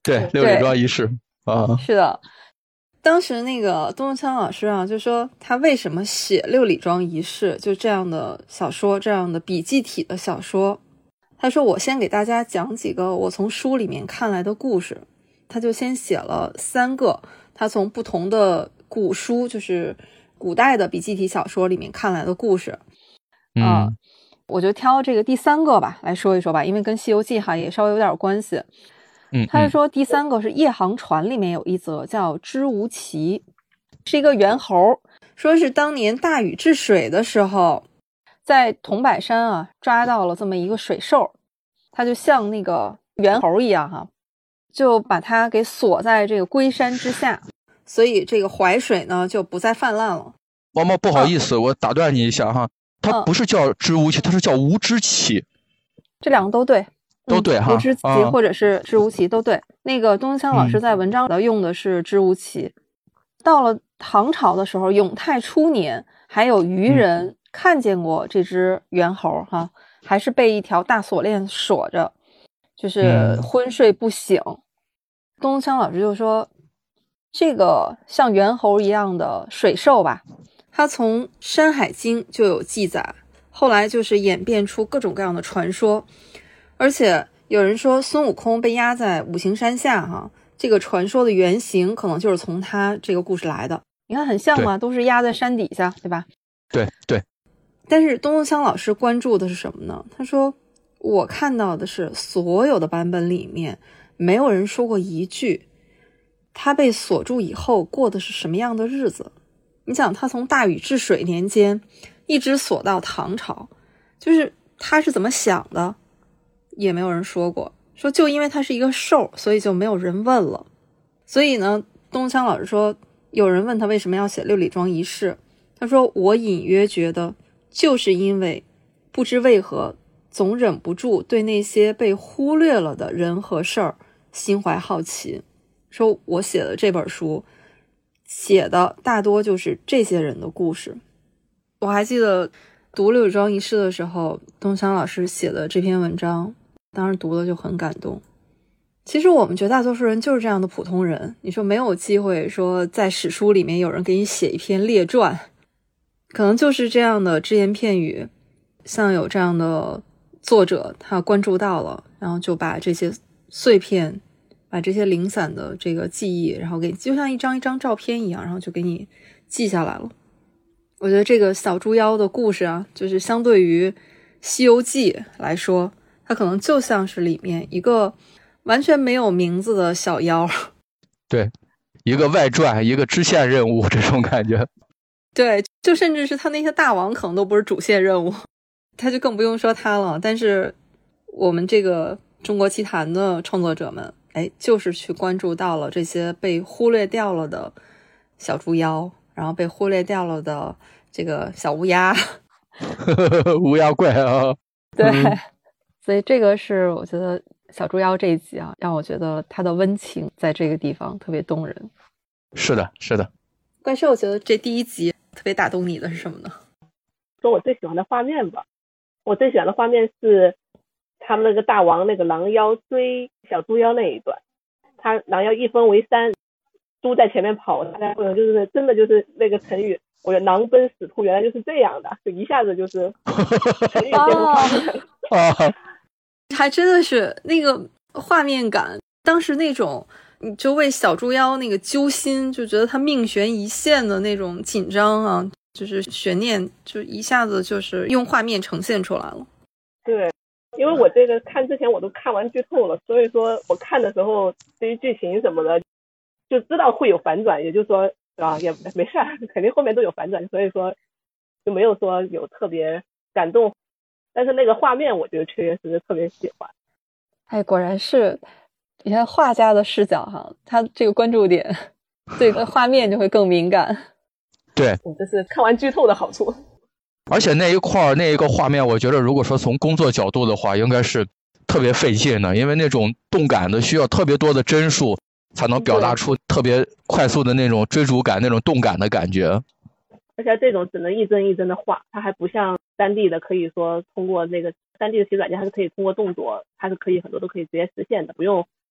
对，六里庄一世啊， 是的。当时那个东东锵老师啊，就说他为什么写六里庄一世就这样的小说，这样的笔记体的小说。他说我先给大家讲几个我从书里面看来的故事。他就先写了3个他从不同的古书，就是古代的笔记体小说里面看来的故事。我就挑这个第3个吧来说一说吧，因为跟西游记哈也稍微有点关系。他是说第3个是夜航船里面有一则叫知无奇，是一个猿猴，说是当年大禹治水的时候，在桐柏山啊抓到了这么一个水兽，他就像那个猿猴一样哈，就把它给锁在这个龟山之下，所以这个淮水呢就不再泛滥了。 毛毛不好意思，我打断你一下哈，它不是叫知无奇，它是叫无知奇。 这两个都对。 都对哈， 无知奇或者是知无奇都对。那个东东锵老师在文章里用的是知无奇。到了唐朝的时候，永泰初年，还有渔人看见过这只猿猴哈，还是被一条大锁链锁着，就是昏睡不醒。东东锵老师就说，这个像猿猴一样的水兽吧，它从《山海经》就有记载，后来就是演变出各种各样的传说。而且有人说孙悟空被压在五行山下哈，这个传说的原型可能就是从他这个故事来的。你看很像吗？都是压在山底下，对吧？ 对对。 但是东东锵老师关注的是什么呢？他说我看到的是所有的版本里面没有人说过一句他被锁住以后过的是什么样的日子。你想他从大禹治水年间一直锁到唐朝，就是他是怎么想的也没有人说过，说就因为它是一个兽，所以就没有人问了。所以呢，东锵老师说，有人问他为什么要写六里庄一世，他说我隐约觉得就是因为不知为何总忍不住对那些被忽略了的人和事儿心怀好奇，说我写的这本书写的大多就是这些人的故事。我还记得读六里庄一世的时候，东锵老师写的这篇文章，当时读了就很感动。其实我们绝大多数人就是这样的普通人，你说没有机会说在史书里面有人给你写一篇列传，可能就是这样的只言片语，像有这样的作者他关注到了，然后就把这些碎片，把这些零散的这个记忆，然后给就像一张一张照片一样，然后就给你记下来了。我觉得这个小猪妖的故事啊，就是相对于《西游记》来说，它可能就像是里面一个完全没有名字的小妖。 对，一个外传，一个支线任务这种感觉。 对，就甚至是他那些大王可能都不是主线任务，他就更不用说他了。但是我们这个中国奇谭的创作者们，就是去关注到了这些被忽略掉了的小猪妖，然后被忽略掉了的这个小乌鸦乌鸦怪啊。 对，所以这个是我觉得小猪妖这一集啊，让我觉得它的温情在这个地方特别动人。 是的是的。 怪兽，我觉得这第一集特别打动你的是什么呢？ 说我最喜欢的画面吧，我最喜欢的画面是他们那个大王那个狼妖追小猪妖那一段，他狼妖一分为三，猪在前面跑，大家就是真的就是那个成语，我觉得狼奔死兔原来就是这样的，就一下子就是成语变成画面还真的是那个画面感，当时那种你就为小猪妖那个揪心，就觉得他命悬一线的那种紧张啊，就是悬念，就一下子就是用画面呈现出来了。对， 因为我这个看之前我都看完剧透了，所以说我看的时候对于剧情什么的就知道会有反转，也就是说也没事，肯定后面都有反转，所以说就没有说有特别感动，但是那个画面我觉得确实是特别喜欢。 果然是你看画家的视角哈，他这个关注点对画面就会更敏感。 对， 这是看完剧透的好处。 而且那一块那一个画面，我觉得如果说从工作角度的话，应该是特别费劲的，因为那种动感的需要特别多的帧数才能表达出特别快速的那种追逐感，那种动感的感觉。 而且这种只能一帧一帧的画，它还不像3D 的，可以说通过那个3D 的写软件，它是可以通过动作，它是可以很多都可以直接实现的，不用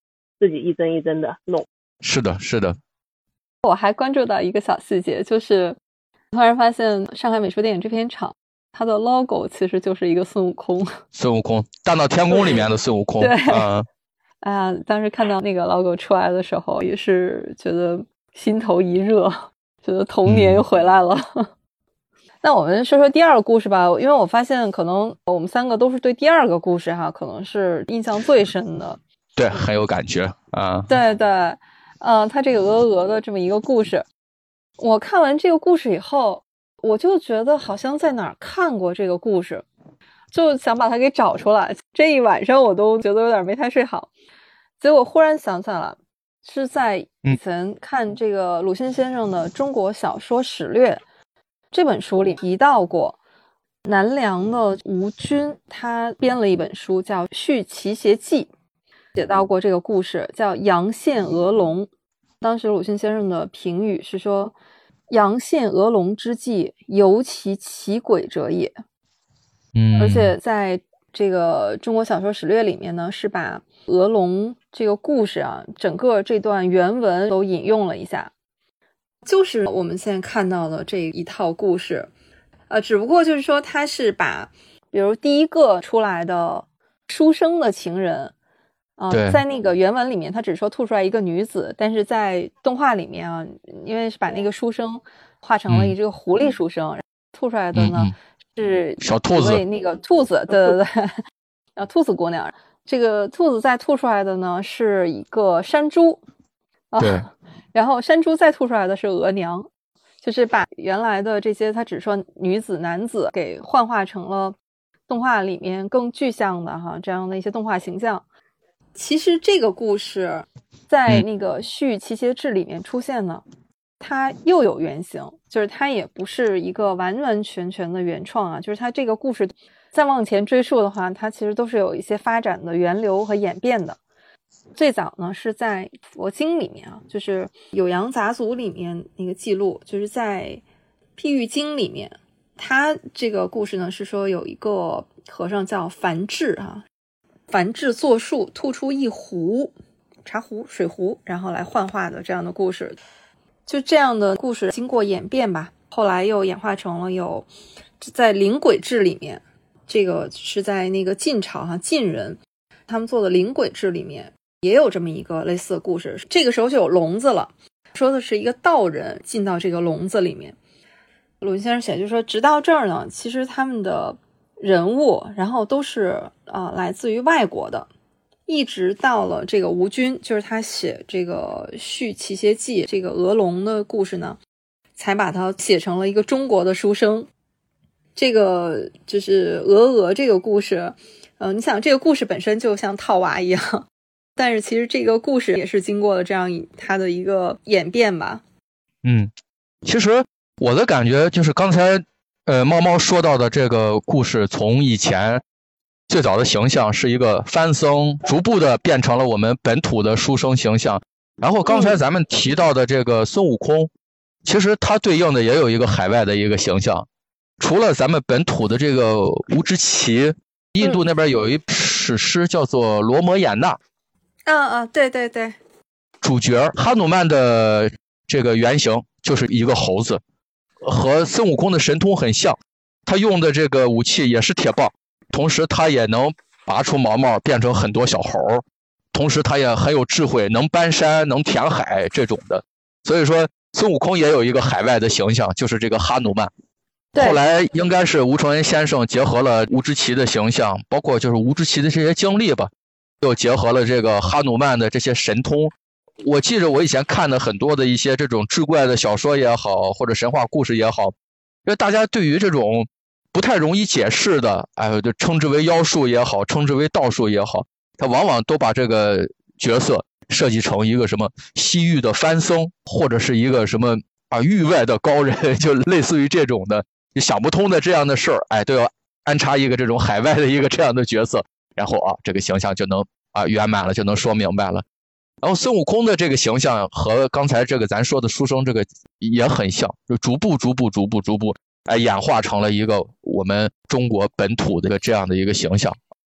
自己一帧一帧的弄。 是的，是的。 我还关注到一个小细节，就是突然发现上海美术电影制片厂它的 logo 其实就是一个孙悟空。 孙悟空，《大闹天宫》里面的孙悟空。 对。当时看到那个 logo 出来的时候，也是觉得心头一热，觉得童年又回来了。那我们说说第二个故事吧，因为我发现可能我们三个都是对第二个故事可能是印象最深的。 对，很有感觉啊。 对对，它这个鹅的这么一个故事，我看完这个故事以后，我就觉得好像在哪儿看过这个故事，就想把它给找出来。这一晚上我都觉得有点没太睡好，结果忽然想起来了，是在以前看这个鲁迅先生的《中国小说史略》这本书里提到过，南梁的吴均他编了一本书叫《续奇邪记》，写到过这个故事，叫阳羡鹅龙。当时鲁迅先生的评语是说，阳羡鹅龙之计，尤其奇诡者也。而且在这个中国小说史略里面呢，是把鹅龙这个故事整个这段原文都引用了一下，就是我们现在看到的这一套故事。只不过就是说他是把比如第一个出来的书生的情人在那个原文里面他只说吐出来一个女子，但是在动画里面因为是把那个书生画成了一个狐狸书生，吐出来的呢是小兔子， 那个兔子，对对对，兔子姑娘。这个兔子再吐出来的呢是一个山猪， 对， 然后山猪再吐出来的是额娘，就是把原来的这些他只说女子男子给幻化成了动画里面更具象的这样的一些动画形象。其实这个故事在那个《续奇邪志》里面出现呢，它又有原型，就是它也不是一个完完全全的原创就是它这个故事再往前追溯的话，它其实都是有一些发展的源流和演变的。最早呢是在佛经里面就是酉阳杂俎里面那个记录，就是在譬喻经里面，它这个故事呢是说有一个和尚叫樊智樊智作术吐出一壶茶壶水壶，然后来幻化的这样的故事。就这样的故事经过演变吧，后来又演化成了有在灵轨志里面，这个是在那个晋朝晋人他们做的灵轨志里面也有这么一个类似的故事。这个时候就有笼子了，说的是一个道人进到这个笼子里面。鲁迅先生写就说，直到这儿呢，其实他们的人物然后都是来自于外国的，一直到了这个吴均，就是他写这个《续奇邪记》这个鹅龙的故事呢，才把它写成了一个中国的书生。这个就是鹅这个故事，你想这个故事本身就像套娃一样，但是其实这个故事也是经过了这样它的一个演变吧。 其实我的感觉就是刚才猫猫说到的这个故事，从以前最早的形象是一个番僧，逐步的变成了我们本土的书生形象。然后刚才咱们提到的这个孙悟空，其实它对应的也有一个海外的一个形象。除了咱们本土的这个吴之奇，印度那边有一史诗叫做《罗摩衍那》。 对对对， 主角哈努曼的这个原型就是一个猴子，和孙悟空的神通很像。他用的这个武器也是铁棒，同时他也能拔出毛毛变成很多小猴，同时他也很有智慧，能搬山能填海这种的。所以说孙悟空也有一个海外的形象，就是这个哈努曼。后来应该是吴承恩先生结合了吴之奇的形象，包括就是吴之奇的这些经历吧，又结合了这个哈努曼的这些神通。我记着我以前看的很多的一些这种志怪的小说也好，或者神话故事也好，因为大家对于这种不太容易解释的，就称之为妖术也好，称之为道术也好，他往往都把这个角色设计成一个什么西域的番僧，或者是一个什么域外的高人，就类似于这种的想不通的这样的事儿，都要安插一个这种海外的一个这样的角色，然后这个形象就能圆满了，就能说明白了。然后孙悟空的这个形象和刚才这个咱说的书生这个也很像，就逐步演化成了一个我们中国本土的这样的一个形象。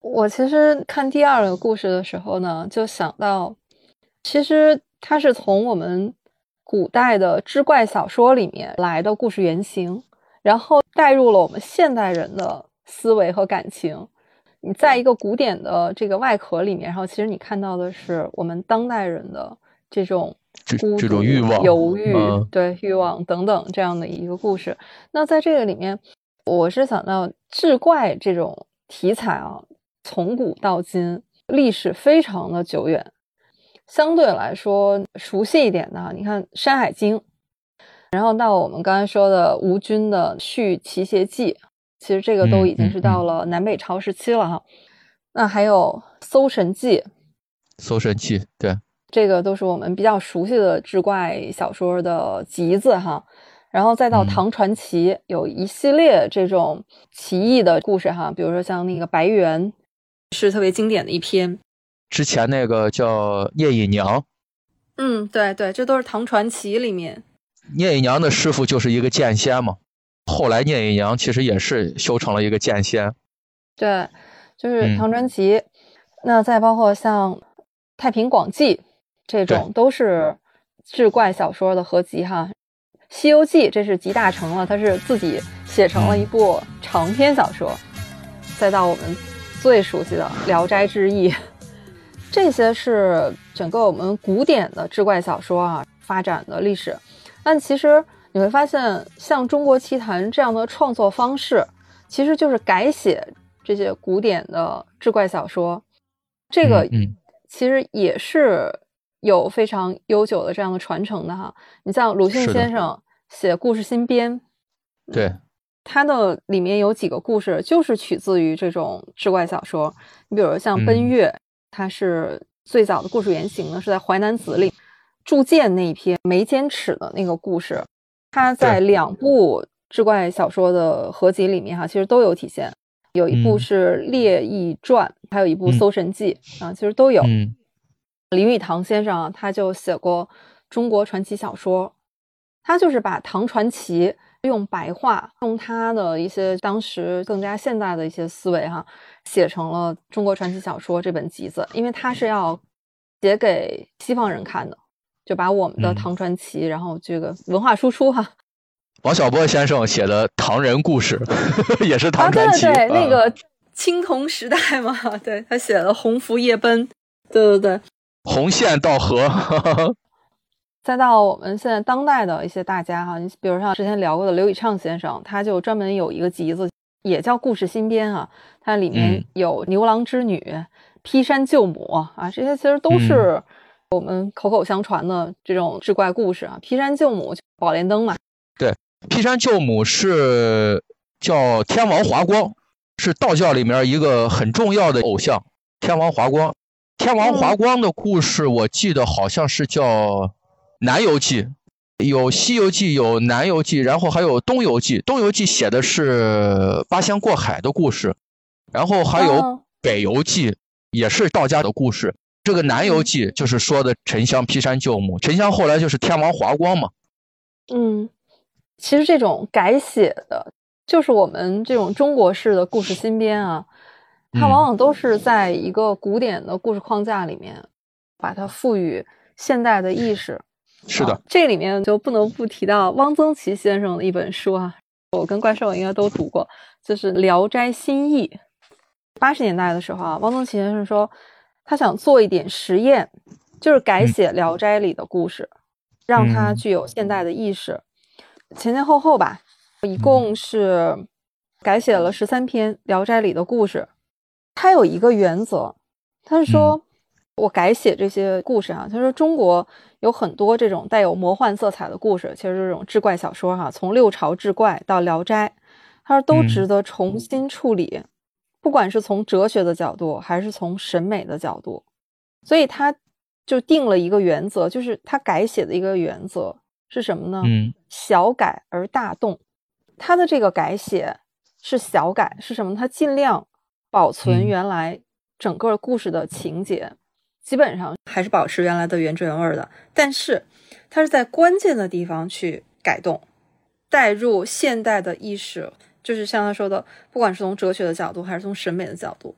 我其实看第二个故事的时候呢，就想到，其实它是从我们古代的志怪小说里面来的故事原型，然后带入了我们现代人的思维和感情。你在一个古典的这个外壳里面，然后其实你看到的是我们当代人的这种孤独、 这种欲望、 犹豫、对欲望等等这样的一个故事。那在这个里面，我是想到志怪这种题材啊，从古到今历史非常的久远。相对来说熟悉一点的，你看《山海经》，然后到我们刚才说的吴军的《续齐邪记》，其实这个都已经是到了南北朝时期了哈。那还有《搜神记》， 搜神记，对， 这个都是我们比较熟悉的志怪小说的集子哈。然后再到唐传奇，有一系列这种奇异的故事哈，比如说像那个白猿，是特别经典的一篇。 之前那个叫聂隐娘， 对对，这都是唐传奇里面。 聂隐娘的师傅就是一个剑仙嘛，后来聂隐娘其实也是修成了一个剑仙。 对，就是唐传奇。那再包括像《太平广记》这种，都是志怪小说的合集哈。《西游记》这是集大成了，他是自己写成了一部长篇小说。再到我们最熟悉的《聊斋志异》。这些是整个我们古典的志怪小说啊发展的历史。但其实你会发现，像中国奇谭这样的创作方式，其实就是改写这些古典的志怪小说。这个其实也是有非常悠久的这样的传承的哈。你像鲁迅先生写《故事新编》， 对， 他的里面有几个故事就是取自于这种志怪小说。你比如像《奔月》，它是最早的故事原型呢，是在《淮南子》里铸剑那一篇眉间尺的那个故事，它在2部志怪小说的合集里面哈，其实都有体现。有一部是《列异传》，还有一部《搜神记》啊，其实都有。林语堂先生啊，他就写过中国传奇小说，他就是把唐传奇用白话，用他的一些当时更加现代的一些思维哈，写成了中国传奇小说这本集子。因为他是要写给西方人看的，就把我们的唐传奇然后这个文化输出哈。 王小波先生写的唐人故事也是唐传奇， 对，那个青铜时代嘛，对，他写了《鸿福夜奔》，对对对， 红线到河。 再到我们现在当代的一些大家哈，你比如像之前聊过的刘以畅先生，他就专门有一个集子，也叫《故事新编》啊，它里面有牛郎织女、劈山救母啊，这些其实都是我们口口相传的这种志怪故事啊。劈山救母，宝莲灯嘛。 对，劈山救母是叫天王华光，是道教里面一个很重要的偶像，天王华光。天王华光的故事我记得好像是叫南游记，有西游记，有南游记，然后还有东游记。东游记写的是八仙过海的故事，然后还有北游记，也是道家的故事。这个南游记就是说的沉香劈山救母，沉香后来就是天王华光嘛。 其实这种改写的就是我们这种中国式的故事新编啊，它往往都是在一个古典的故事框架里面把它赋予现代的意识。 是的， 这里面就不能不提到汪曾祺先生的一本书啊，我跟怪兽应该都读过，就是《聊斋新译》。80年代的时候啊，汪曾祺先生说他想做一点实验，就是改写《聊斋》里的故事，让它具有现代的意识。前前后后吧，一共是改写了13篇《聊斋》里的故事。他有一个原则，他是说我改写这些故事啊，他说中国有很多这种带有魔幻色彩的故事，其实这种志怪小说哈，从六朝志怪到聊斋，他说都值得重新处理，不管是从哲学的角度还是从审美的角度。所以他就定了一个原则，就是他改写的一个原则是什么呢？小改而大动。他的这个改写是小改，是什么？他尽量保存原来整个故事的情节，基本上还是保持原来的原汁原味的，但是它是在关键的地方去改动，带入现代的意识，就是像他说的，不管是从哲学的角度还是从审美的角度，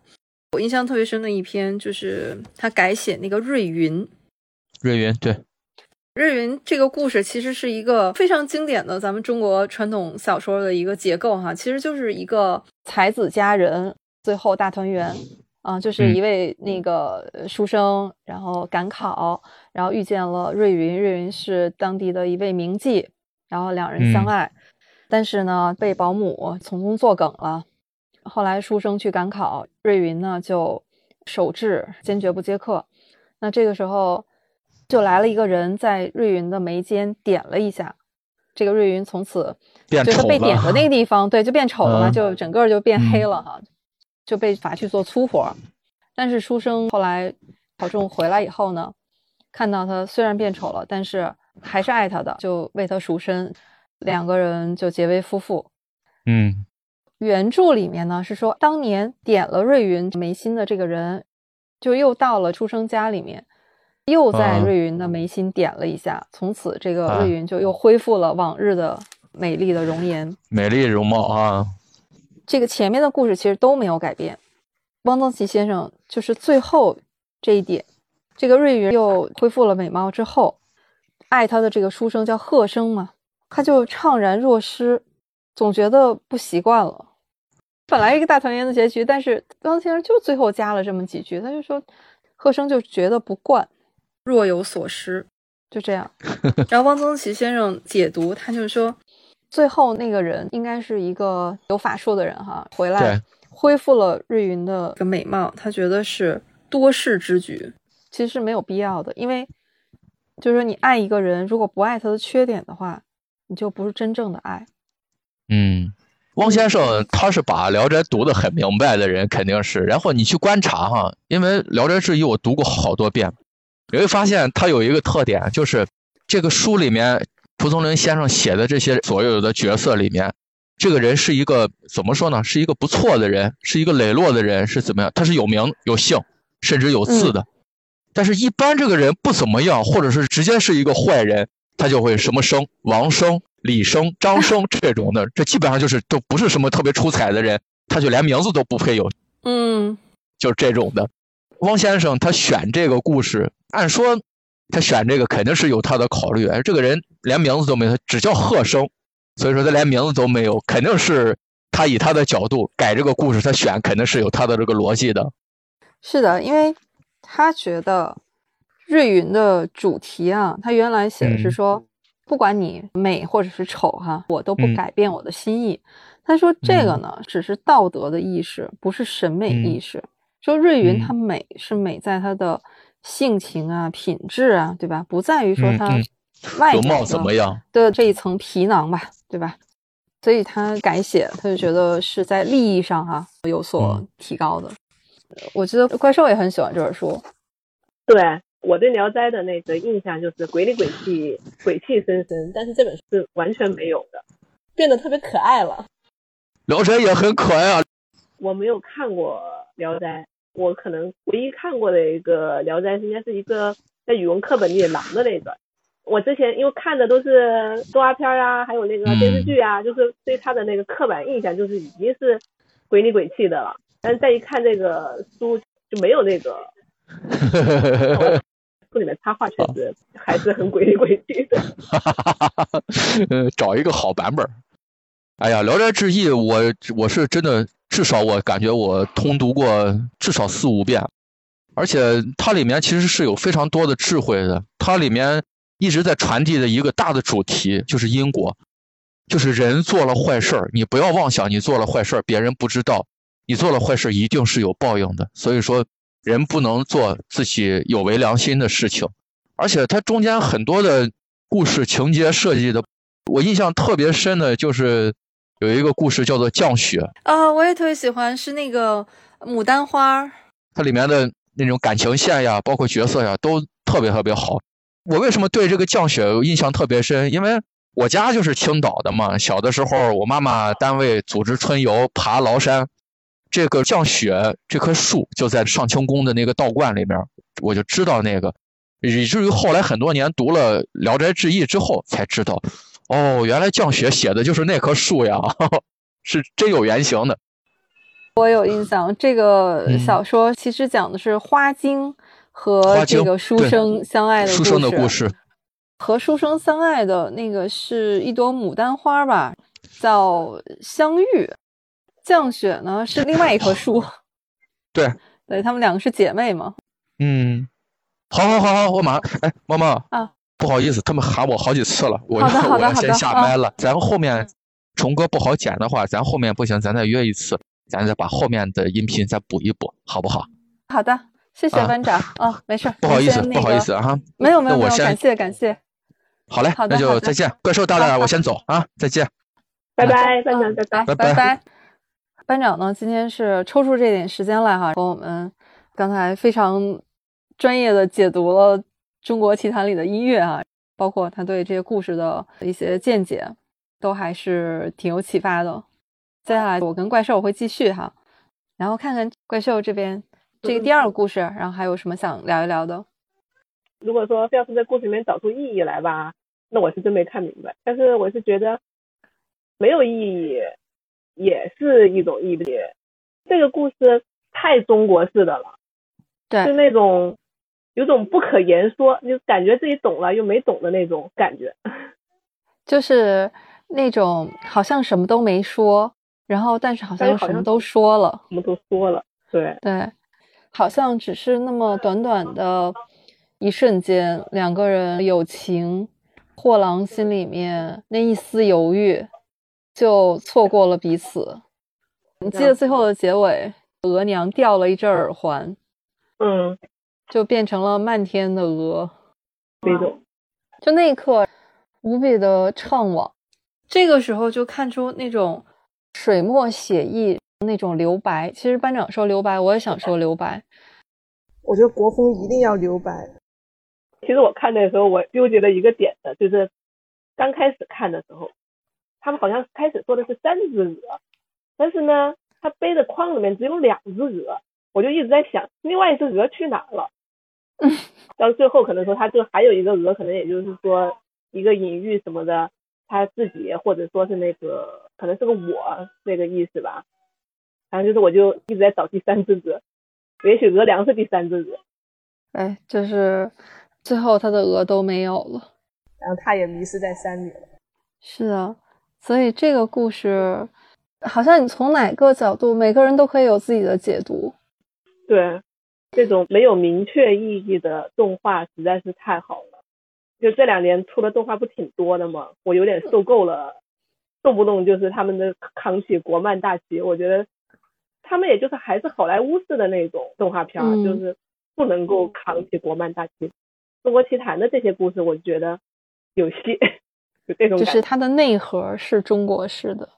我印象特别深的一篇就是他改写那个瑞云。 瑞云，对， 瑞云这个故事其实是一个非常经典的咱们中国传统小说的一个结构哈，其实就是一个才子佳人最后大团圆就是一位那个书生，然后赶考，然后遇见了瑞云，瑞云是当地的一位名妓，然后两人相爱，但是呢被保姆从中作梗了。后来书生去赶考，瑞云呢就守制，坚决不接客。那这个时候就来了一个人，在瑞云的眉间点了一下，这个瑞云从此就是被点的那个地方，对，就变丑了嘛，就整个就变黑了哈，就被罚去做粗活。但是书生后来考中回来以后呢，看到他虽然变丑了，但是还是爱他的，就为他赎身，两个人就结为夫妇。原著里面呢是说，当年点了瑞云眉心的这个人，就又到了书生家里面，又在瑞云的眉心点了一下，从此这个瑞云就又恢复了往日的美丽的容颜， 美丽容貌啊。 这个前面的故事其实都没有改变，汪曾祺先生就是最后这一点，这个瑞云又恢复了美貌之后，爱他的这个书生叫贺生嘛，他就怅然若失，总觉得不习惯了。本来一个大团圆的结局，但是汪先生就最后加了这么几句，他就说贺生就觉得不惯，若有所失，就这样。然后汪曾祺先生解读，他就说最后那个人应该是一个有法术的人哈，回来恢复了瑞云的美貌，他觉得是多事之举，其实是没有必要的，因为就是说你爱一个人，如果不爱他的缺点的话，你就不是真正的爱。 汪先生他是把《聊斋》读得很明白的人，肯定是。然后你去观察哈，因为《聊斋志异》我读过好多遍，你会发现它有一个特点，就是这个书里面蒲松龄先生写的这些所有的角色里面，这个人是一个怎么说呢？是一个不错的人，是一个磊落的人，是怎么样？他是有名有姓，甚至有字的。但是一般这个人不怎么样，或者是直接是一个坏人，他就会什么生、王生、李生、张生这种的，这基本上就是都不是什么特别出彩的人，他就连名字都不配有。就是这种的。汪先生他选这个故事，按说他选这个肯定是有他的考虑，这个人连名字都没有，只叫贺生，所以说他连名字都没有，肯定是他以他的角度改这个故事，他选肯定是有他的这个逻辑的。 是的，因为他觉得瑞云的主题啊，他原来写的是说不管你美或者是丑哈，我都不改变我的心意。他说这个呢只是道德的意识，不是审美意识。说瑞云她美是美在她的性情啊、品质啊，对吧？不在于说她外容貌怎么样的这一层皮囊吧，对吧？所以他改写，他就觉得是在利益上有所提高的。我觉得怪兽也很喜欢这本书。 对，我对《聊斋》的那个印象就是鬼里鬼气、鬼气森森，但是这本书是完全没有的， 变得特别可爱了。 《聊斋》也很可爱啊。 我没有看过《聊斋》，我可能唯一看过的一个《聊斋》应该是一个在语文课本里狼的那个。我之前因为看的都是动画片啊，还有那个电视剧啊，就是对他的那个刻板印象就是已经是鬼里鬼气的了。但是再一看这个书就没有那个书里面插画确实还是很鬼里鬼气的。 找一个好版本。哎呀，《聊斋志异》我是真的，至少我感觉我通读过至少4、5遍，而且它里面其实是有非常多的智慧的。它里面一直在传递的一个大的主题就是因果，就是人做了坏事，你不要妄想你做了坏事别人不知道，你做了坏事一定是有报应的。所以说人不能做自己有违良心的事情。而且它中间很多的故事情节设计的，我印象特别深的就是有一个故事叫做降雪我也特别喜欢，是那个牡丹花， 它里面的那种感情线呀，包括角色呀，都特别特别好。我为什么对这个降雪印象特别深？因为我家就是青岛的嘛，小的时候我妈妈单位组织春游爬崂山，这个降雪这棵树就在上清宫的那个道观里面，我就知道那个，以至于后来很多年读了《聊斋志异》之后才知道，原来降雪写的就是那棵树呀，是真有原型的。 我有印象，这个小说其实讲的是花精和这个书生相爱的故事。 书生的故事， 和书生相爱的那个是一朵牡丹花吧，叫香玉。降雪呢是另外一棵树。 对， 他们两个是姐妹嘛。 好，我马上，妈妈啊， 不好意思，他们喊我好几次了，我要先下麦了。咱后面虫哥不好剪的话，咱后面不行，咱再约一次，咱再把后面的音频再补一补，好不好？ 好的，谢谢班长。没事， 不好意思，不好意思啊。 没有，感谢。 好嘞，那就再见，怪兽大大，我先走啊，再见， 拜拜，班长， 拜拜。班长呢，今天是抽出这点时间来哈，和我们刚才非常专业的解读了中国奇谭里的音乐啊，包括他对这些故事的一些见解，都还是挺有启发的。接下来我跟怪兽会继续哈，然后看看怪兽这边这个第二个故事，然后还有什么想聊一聊的。 如果说非要从这故事里面找出意义来吧，那我是真没看明白。但是我是觉得没有意义也是一种意义。这个故事太中国式的了， 对， 就那种有种不可言说，就感觉自己懂了又没懂的那种感觉， 就是那种好像什么都没说，然后但是好像什么都说了， 什么都说了，对， 好像只是那么短短的一瞬间，两个人有情，货郎心里面那一丝犹豫就错过了彼此。你记得最后的结尾，额娘掉了一只耳环，就变成了漫天的鹅， 那种， 就那一刻无比的怅惘。这个时候就看出那种水墨写意那种留白。其实班长说留白，我也想说留白。 我觉得国风一定要留白。 其实我看的时候，我纠结了一个点的，就是刚开始看的时候，他们好像开始说的是3只鹅，但是呢，他背的筐里面只有2只鹅，我就一直在想，另外一只鹅去哪了？到最后可能说他就还有一个鹅，可能也就是说一个隐喻什么的，他自己或者说是那个可能是个我那个意思吧。反正就是我就一直在找第3只鹅，也许鹅娘是第3只鹅。 就是最后他的鹅都没有了， 然后他也迷失在山里了。 是啊，所以这个故事好像你从哪个角度，每个人都可以有自己的解读。 对，这种没有明确意义的动画实在是太好了。就这2年出的动画不挺多的吗？我有点受够了，动不动就是他们的扛起国漫大旗。我觉得他们也就是还是好莱坞式的那种动画片，就是不能够扛起国漫大旗。中国奇谭的这些故事，我觉得有戏，就这种感觉， 就是它的内核是中国式的。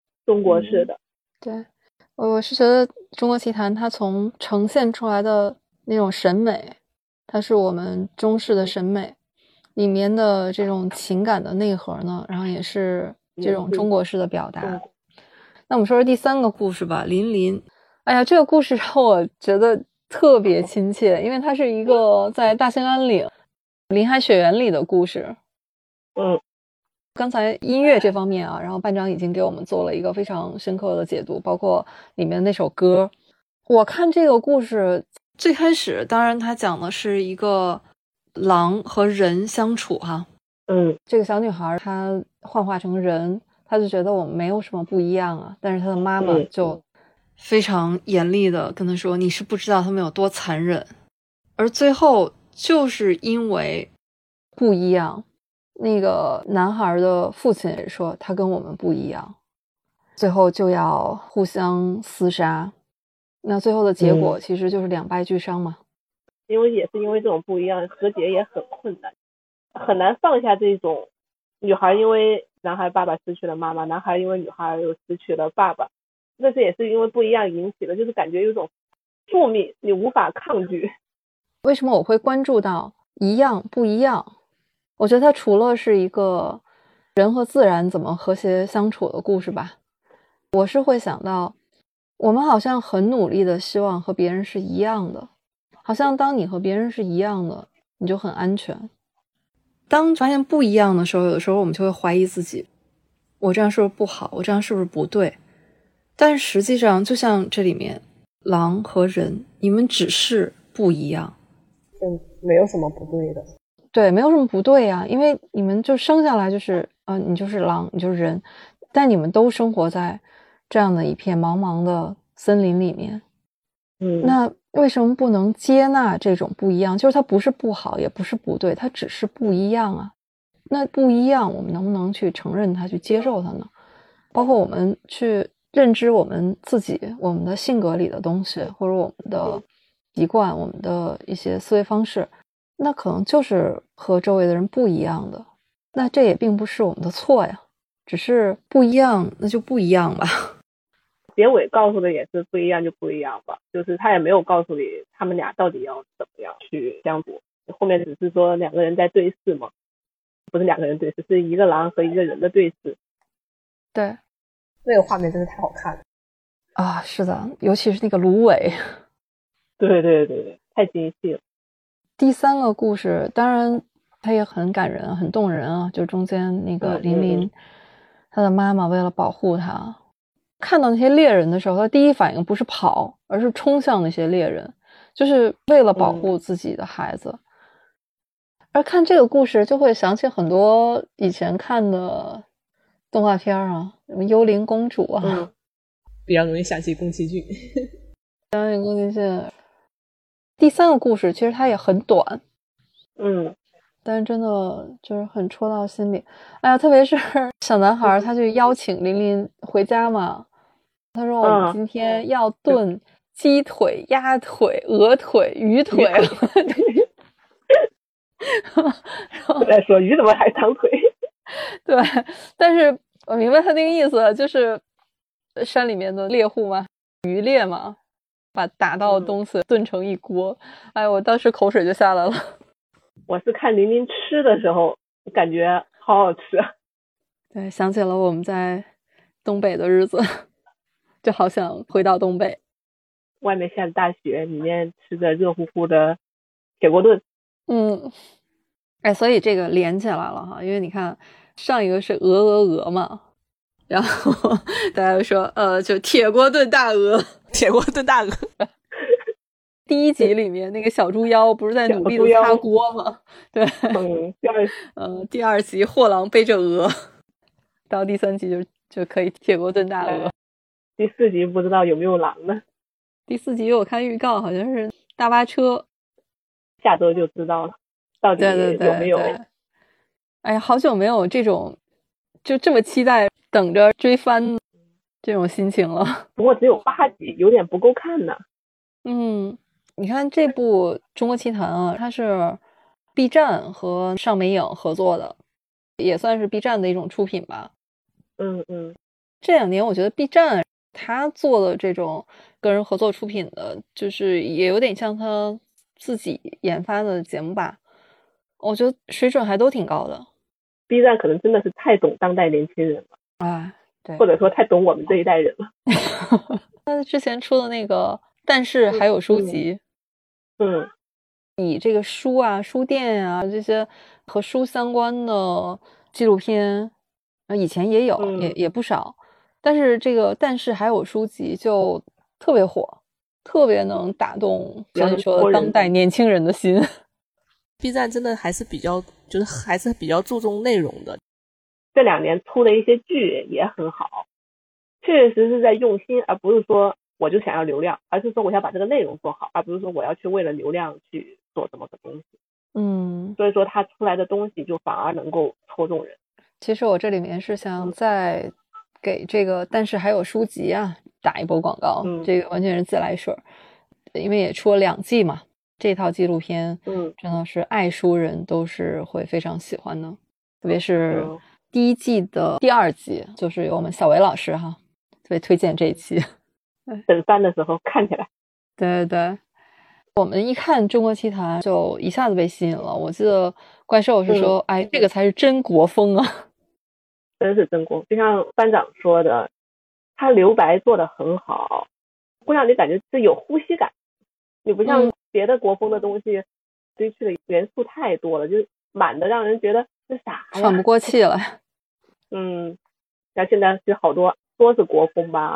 对，我是觉得中国奇谭它从呈现出来的那种审美，它是我们中式的审美里面的这种情感的内核呢，然后也是这种中国式的表达。那我们说说第3个故事吧，林林。哎呀，这个故事让我觉得特别亲切，因为它是一个在大兴安岭林海雪原里的故事。刚才音乐这方面啊，然后班长已经给我们做了一个非常深刻的解读，包括里面那首歌。我看这个故事最开始，当然他讲的是一个狼和人相处哈。这个小女孩她幻化成人，她就觉得我们没有什么不一样啊，但是她的妈妈就非常严厉的跟她说，你是不知道他们有多残忍。而最后就是因为不一样，那个男孩的父亲也说他跟我们不一样，最后就要互相厮杀。那最后的结果其实就是2败俱伤嘛。 因为也是因为这种不一样，和解也很困难，很难放下这种女孩因为男孩爸爸失去了妈妈，男孩因为女孩又失去了爸爸，那这也是因为不一样引起的，就是感觉有种宿命你无法抗拒。 为什么我会关注到一样不一样？我觉得它除了是一个人和自然怎么和谐相处的故事吧，我是会想到我们好像很努力的希望和别人是一样的，好像当你和别人是一样的，你就很安全。当发现不一样的时候，有的时候我们就会怀疑自己，我这样是不是不好，我这样是不是不对。 但是实际上就像这里面狼和人，你们只是不一样， 没有什么不对的。 对，没有什么不对啊，因为你们就生下来就是你就是狼，你就是人，但你们都生活在这样的一片茫茫的森林里面。那为什么不能接纳这种不一样？就是它不是不好，也不是不对，它只是不一样啊。那不一样，我们能不能去承认它，去接受它呢？包括我们去认知我们自己，我们的性格里的东西，或者我们的习惯，我们的一些思维方式，那可能就是和周围的人不一样的。那这也并不是我们的错呀，只是不一样，那就不一样吧。 结尾告诉的也是不一样就不一样吧，就是他也没有告诉你他们俩到底要怎么样去相处，后面只是说两个人在对视嘛，不是两个人对视，是一个狼和一个人的对视。 对， 那个画面真是太好看了啊！是的，尤其是那个芦苇， 对对对，太精细了。 第三个故事当然它也很感人，很动人啊，就中间那个琳琳，她的妈妈为了保护她，看到那些猎人的时候，她第一反应不是跑，而是冲向那些猎人，就是为了保护自己的孩子。而看这个故事就会想起很多以前看的动画片啊，什么幽灵公主啊， 比较容易想起宫崎骏。 想起宫崎骏。第三个故事其实它也很短，但是真的就是很戳到心里。哎呀，特别是小男孩他就邀请琳琳回家嘛，他说我们今天要炖鸡腿、鸭腿、鹅腿、鱼腿。 我在说鱼怎么还长腿？ 对，但是我明白他那个意思，就是山里面的猎户嘛，渔猎嘛，把打到的东西炖成一锅。哎，我当时口水就下来了。 我是看琳琳吃的时候感觉好好吃。 对，想起了我们在东北的日子，就好想回到东北。 外面下着大雪，里面吃着热乎乎的铁锅炖。 哎，所以这个连起来了哈，因为你看上一个是鹅嘛，然后大家就说就铁锅炖大鹅， 铁锅炖大鹅。 第一集里面那个小猪妖不是在努力的擦锅吗？对，第二集货郎背着鹅，到第三集就可以铁锅炖大鹅。 第四集不知道有没有狼呢？ 第四集我看预告好像是大巴车， 下周就知道了，到底有没有？ 对。哎呀，好久没有这种就这么期待等着追番这种心情了。 不过只有8集，有点不够看呢。 你看这部《中国奇谭》啊，它是 B 站和上美影合作的，也算是 B 站的一种出品吧。这2年我觉得 B 站他做的这种个人合作出品的，就是也有点像他自己研发的节目吧，我觉得水准还都挺高的。 B 站可能真的是太懂当代年轻人了， 对， 或者说太懂我们这一代人了。 他之前出的那个但是还有书籍，以这个书啊、书店啊这些和书相关的纪录片，以前也有，也不少。但是这个但是还有书籍就特别火，特别能打动像你说的当代年轻人的心。 B 站真的还是比较注重内容的。 这2年出的一些剧也很好，确实是在用心，而不是说我就想要流量，而是说我想把这个内容做好，而不是说我要去为了流量去做这么个东西。所以说它出来的东西就反而能够戳中人。 其实我这里面是想再给这个但是还有书籍啊打一波广告，这个完全是自来水，因为也出了2季嘛，这套纪录片真的是爱书人都是会非常喜欢的，特别是第1季的第2集，就是由我们小维老师哈特别推荐这一期。 等番的时候看起来。 对，我们一看《中国奇谭》就一下子被吸引了。我记得怪兽是说哎，这个才是真国风啊。 真是真国，就像班长说的，他留白做得很好，会让你感觉是有呼吸感。你不像别的国风的东西堆砌的元素太多了，就满的让人觉得这啥呀， 喘不过气了。 像现在是好多说是国风吧，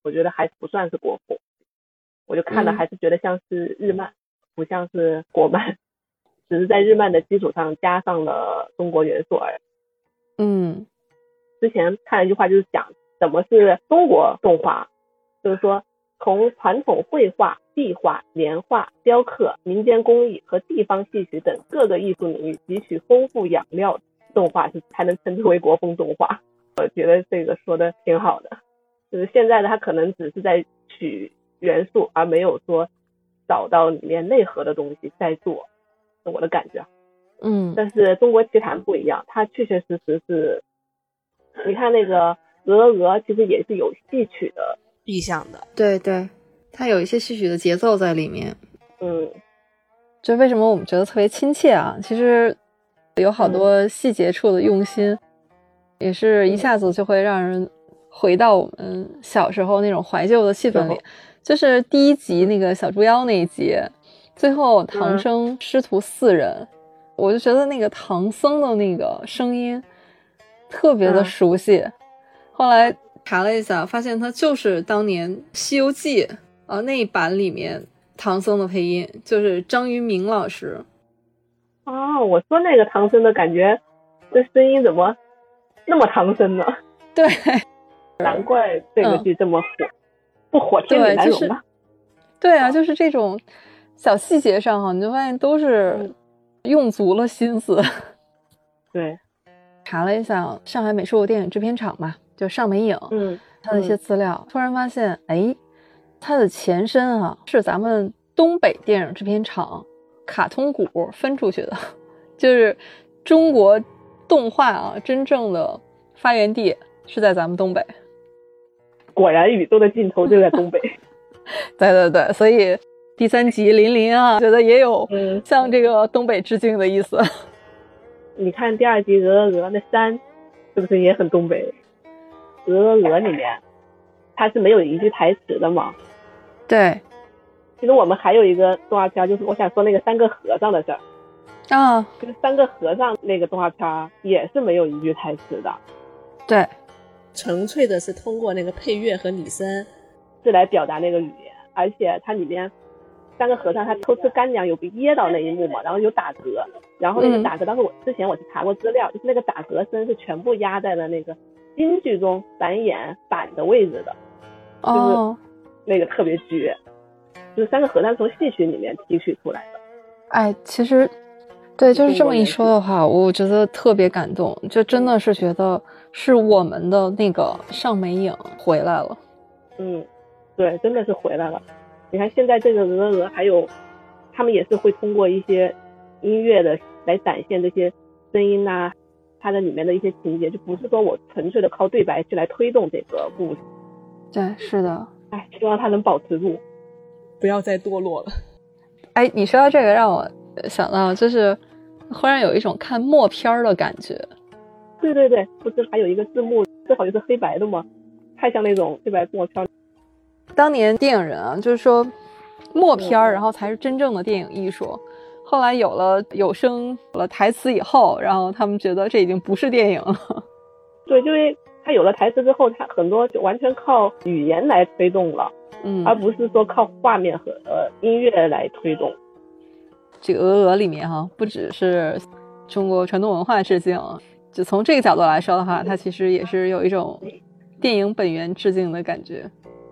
我觉得还不算是国风，我就看了还是觉得像是日漫，不像是国漫，只是在日漫的基础上加上了中国元素而已。之前看了一句话，就是讲什么是中国动画，就是说从传统绘画、壁画、年画、雕刻、民间工艺和地方戏曲等各个艺术领域汲取丰富养料，动画才能称之为国风动画。我觉得这个说的挺好的，就是现在的它可能只是在取元素，而没有说找到里面内核的东西在做，是我的感觉。但是中国奇谭不一样，它确确实实是，你看那个鹅鹅其实也是有戏曲的意象的， 对对，它有一些戏曲的节奏在里面。 就为什么我们觉得特别亲切啊？其实有好多细节处的用心，也是一下子就会让人回到我们小时候那种怀旧的气氛里。就是第一集那个小猪妖那一集，最后唐僧师徒4人，我就觉得那个唐僧的那个声音特别的熟悉。后来查了一下，发现他就是当年《西游记》那一版里面唐僧的配音，就是张云明老师。 我说那个唐僧的感觉，这声音怎么那么唐僧呢？ 对， 难怪这个剧这么火，不火天理难容吧？ 对啊，就是这种小细节上你就发现都是用足了心思。 对， 查了一下上海美术电影制片厂嘛，就上美影，它的一些资料，突然发现，它的前身是咱们东北电影制片厂卡通谷分出去的，就是中国动画真正的发源地是在咱们东北。 果然宇宙的尽头就在东北。 对对对，所以第3集林林觉得也有向这个东北致敬的意思。 你看第2集鹅鹅那山是不是也很东北？鹅鹅里面它是没有一句台词的嘛？ 对， 其实我们还有一个动画片，就是我想说那个3个和尚的事儿就是3个和尚那个动画片也是没有一句台词的。 对， 纯粹的是通过那个配乐和拟声是来表达那个语言，而且它里面3个和尚他偷吃干粮有被噎到那一幕嘛，然后有打嗝，然后那个打嗝当时之前我是查过资料，就是那个打嗝声是全部压在了那个京剧中板眼板的位置的，就是那个特别绝，就是3个和尚从戏曲里面提取出来的。 其实对，就是这么一说的话，我觉得特别感动，就真的是觉得是我们的那个上美影回来了。 对，真的是回来了。你看现在这个鹅鹅还有他们也是会通过一些音乐的来展现这些声音它的里面的一些情节，就不是说我纯粹的靠对白去来推动这个故事。 对，是的。 希望它能保持住， 不要再堕落了。 你说到这个让我想到，就是忽然有一种看默片的感觉。 对对对，不是还有一个字幕正好就是黑白的吗？太像那种黑白默片。 当年电影人就是说默片然后才是真正的电影艺术。后来有了有声有了台词以后，然后他们觉得这已经不是电影了。 对，因为他有了台词之后，他很多就完全靠语言来推动了，而不是说靠画面和音乐来推动。 这个鹅鹅里面不只是中国传统文化致敬，就从这个角度来说的话，它其实也是有一种电影本源致敬的感觉。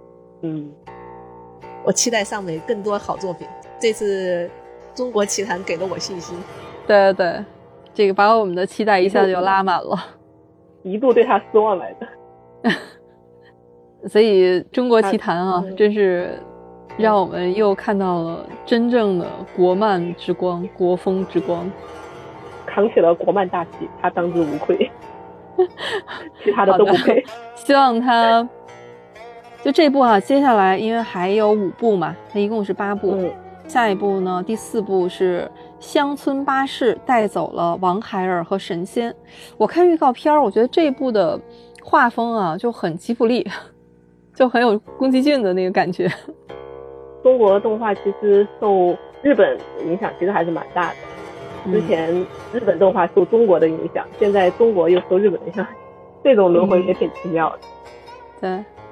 我期待上美更多好作品，这次中国奇谭给了我信心。 对对对，这个把我们的期待一下就拉满了， 一度对他失望来的。 所以中国奇谭真是让我们又看到了真正的国漫之光，国风之光， 扛起了国漫大旗，他当之无愧。其他的都不配。 希望他就这部接下来因为还有5部嘛，它一共是8部。下一部呢，第4部是乡村巴士带走了王海尔和神仙。我看预告片，我觉得这一部的画风就很吉卜力，就很有宫崎骏的那个感觉。 中国动画其实受日本影响其实还是蛮大的，之前日本动画受中国的影响，现在中国又受日本的影响，这种轮回也挺奇妙的。 对，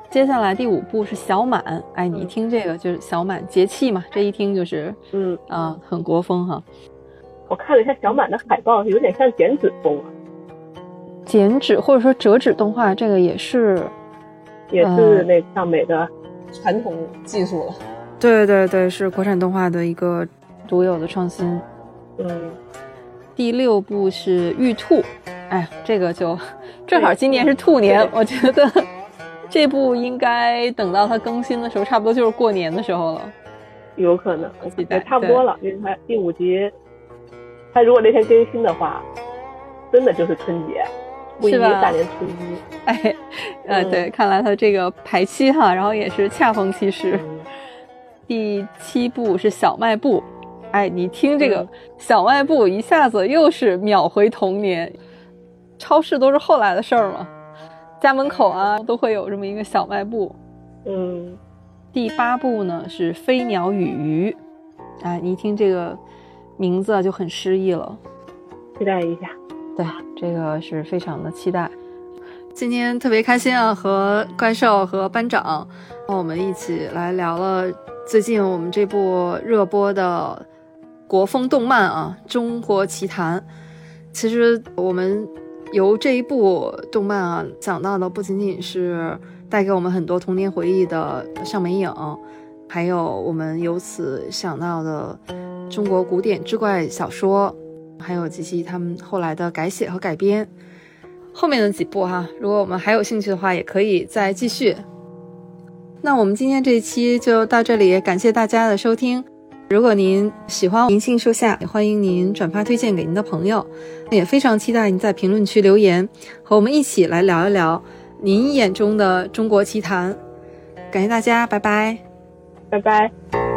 接下来第5部是小满，哎，你听这个就是小满节气嘛，这一听就是很国风哈。 我看了一下小满的海报，有点像剪纸风啊。 剪纸或者说折纸动画，这个也是那上美的传统技术了。 对对对，是国产动画的一个独有的创新。第6部是玉兔，哎，这个就正好今年是兔年，我觉得这部应该等到它更新的时候，差不多就是过年的时候了。 有可能，也差不多了，因为它第5集，它如果那天更新的话，真的就是春节， 是吧？ 大年初一。哎，对，看来它这个排期哈，然后也是恰逢其时。第7部是小卖部，哎，你听这个小卖部一下子又是秒回童年，超市都是后来的事儿嘛。家门口啊都会有这么一个小卖部。第8部呢是飞鸟与鱼，哎，你一听这个名字就很诗意了， 期待一下。 对，这个是非常的期待。今天特别开心啊，和怪兽和班长我们一起来聊了最近我们这部热播的国风动漫啊，《中国奇谭》。其实我们由这一部动漫啊想到的不仅仅是带给我们很多童年回忆的上美影，还有我们由此想到的中国古典志怪小说，还有及其他们后来的改写和改编。后面的几部哈，如果我们还有兴趣的话，也可以再继续。那我们今天这一期就到这里，感谢大家的收听。如果您喜欢银杏树下，也欢迎您转发推荐给您的朋友，也非常期待您在评论区留言，和我们一起来聊一聊您眼中的中国奇谭。感谢大家，拜拜， 拜拜。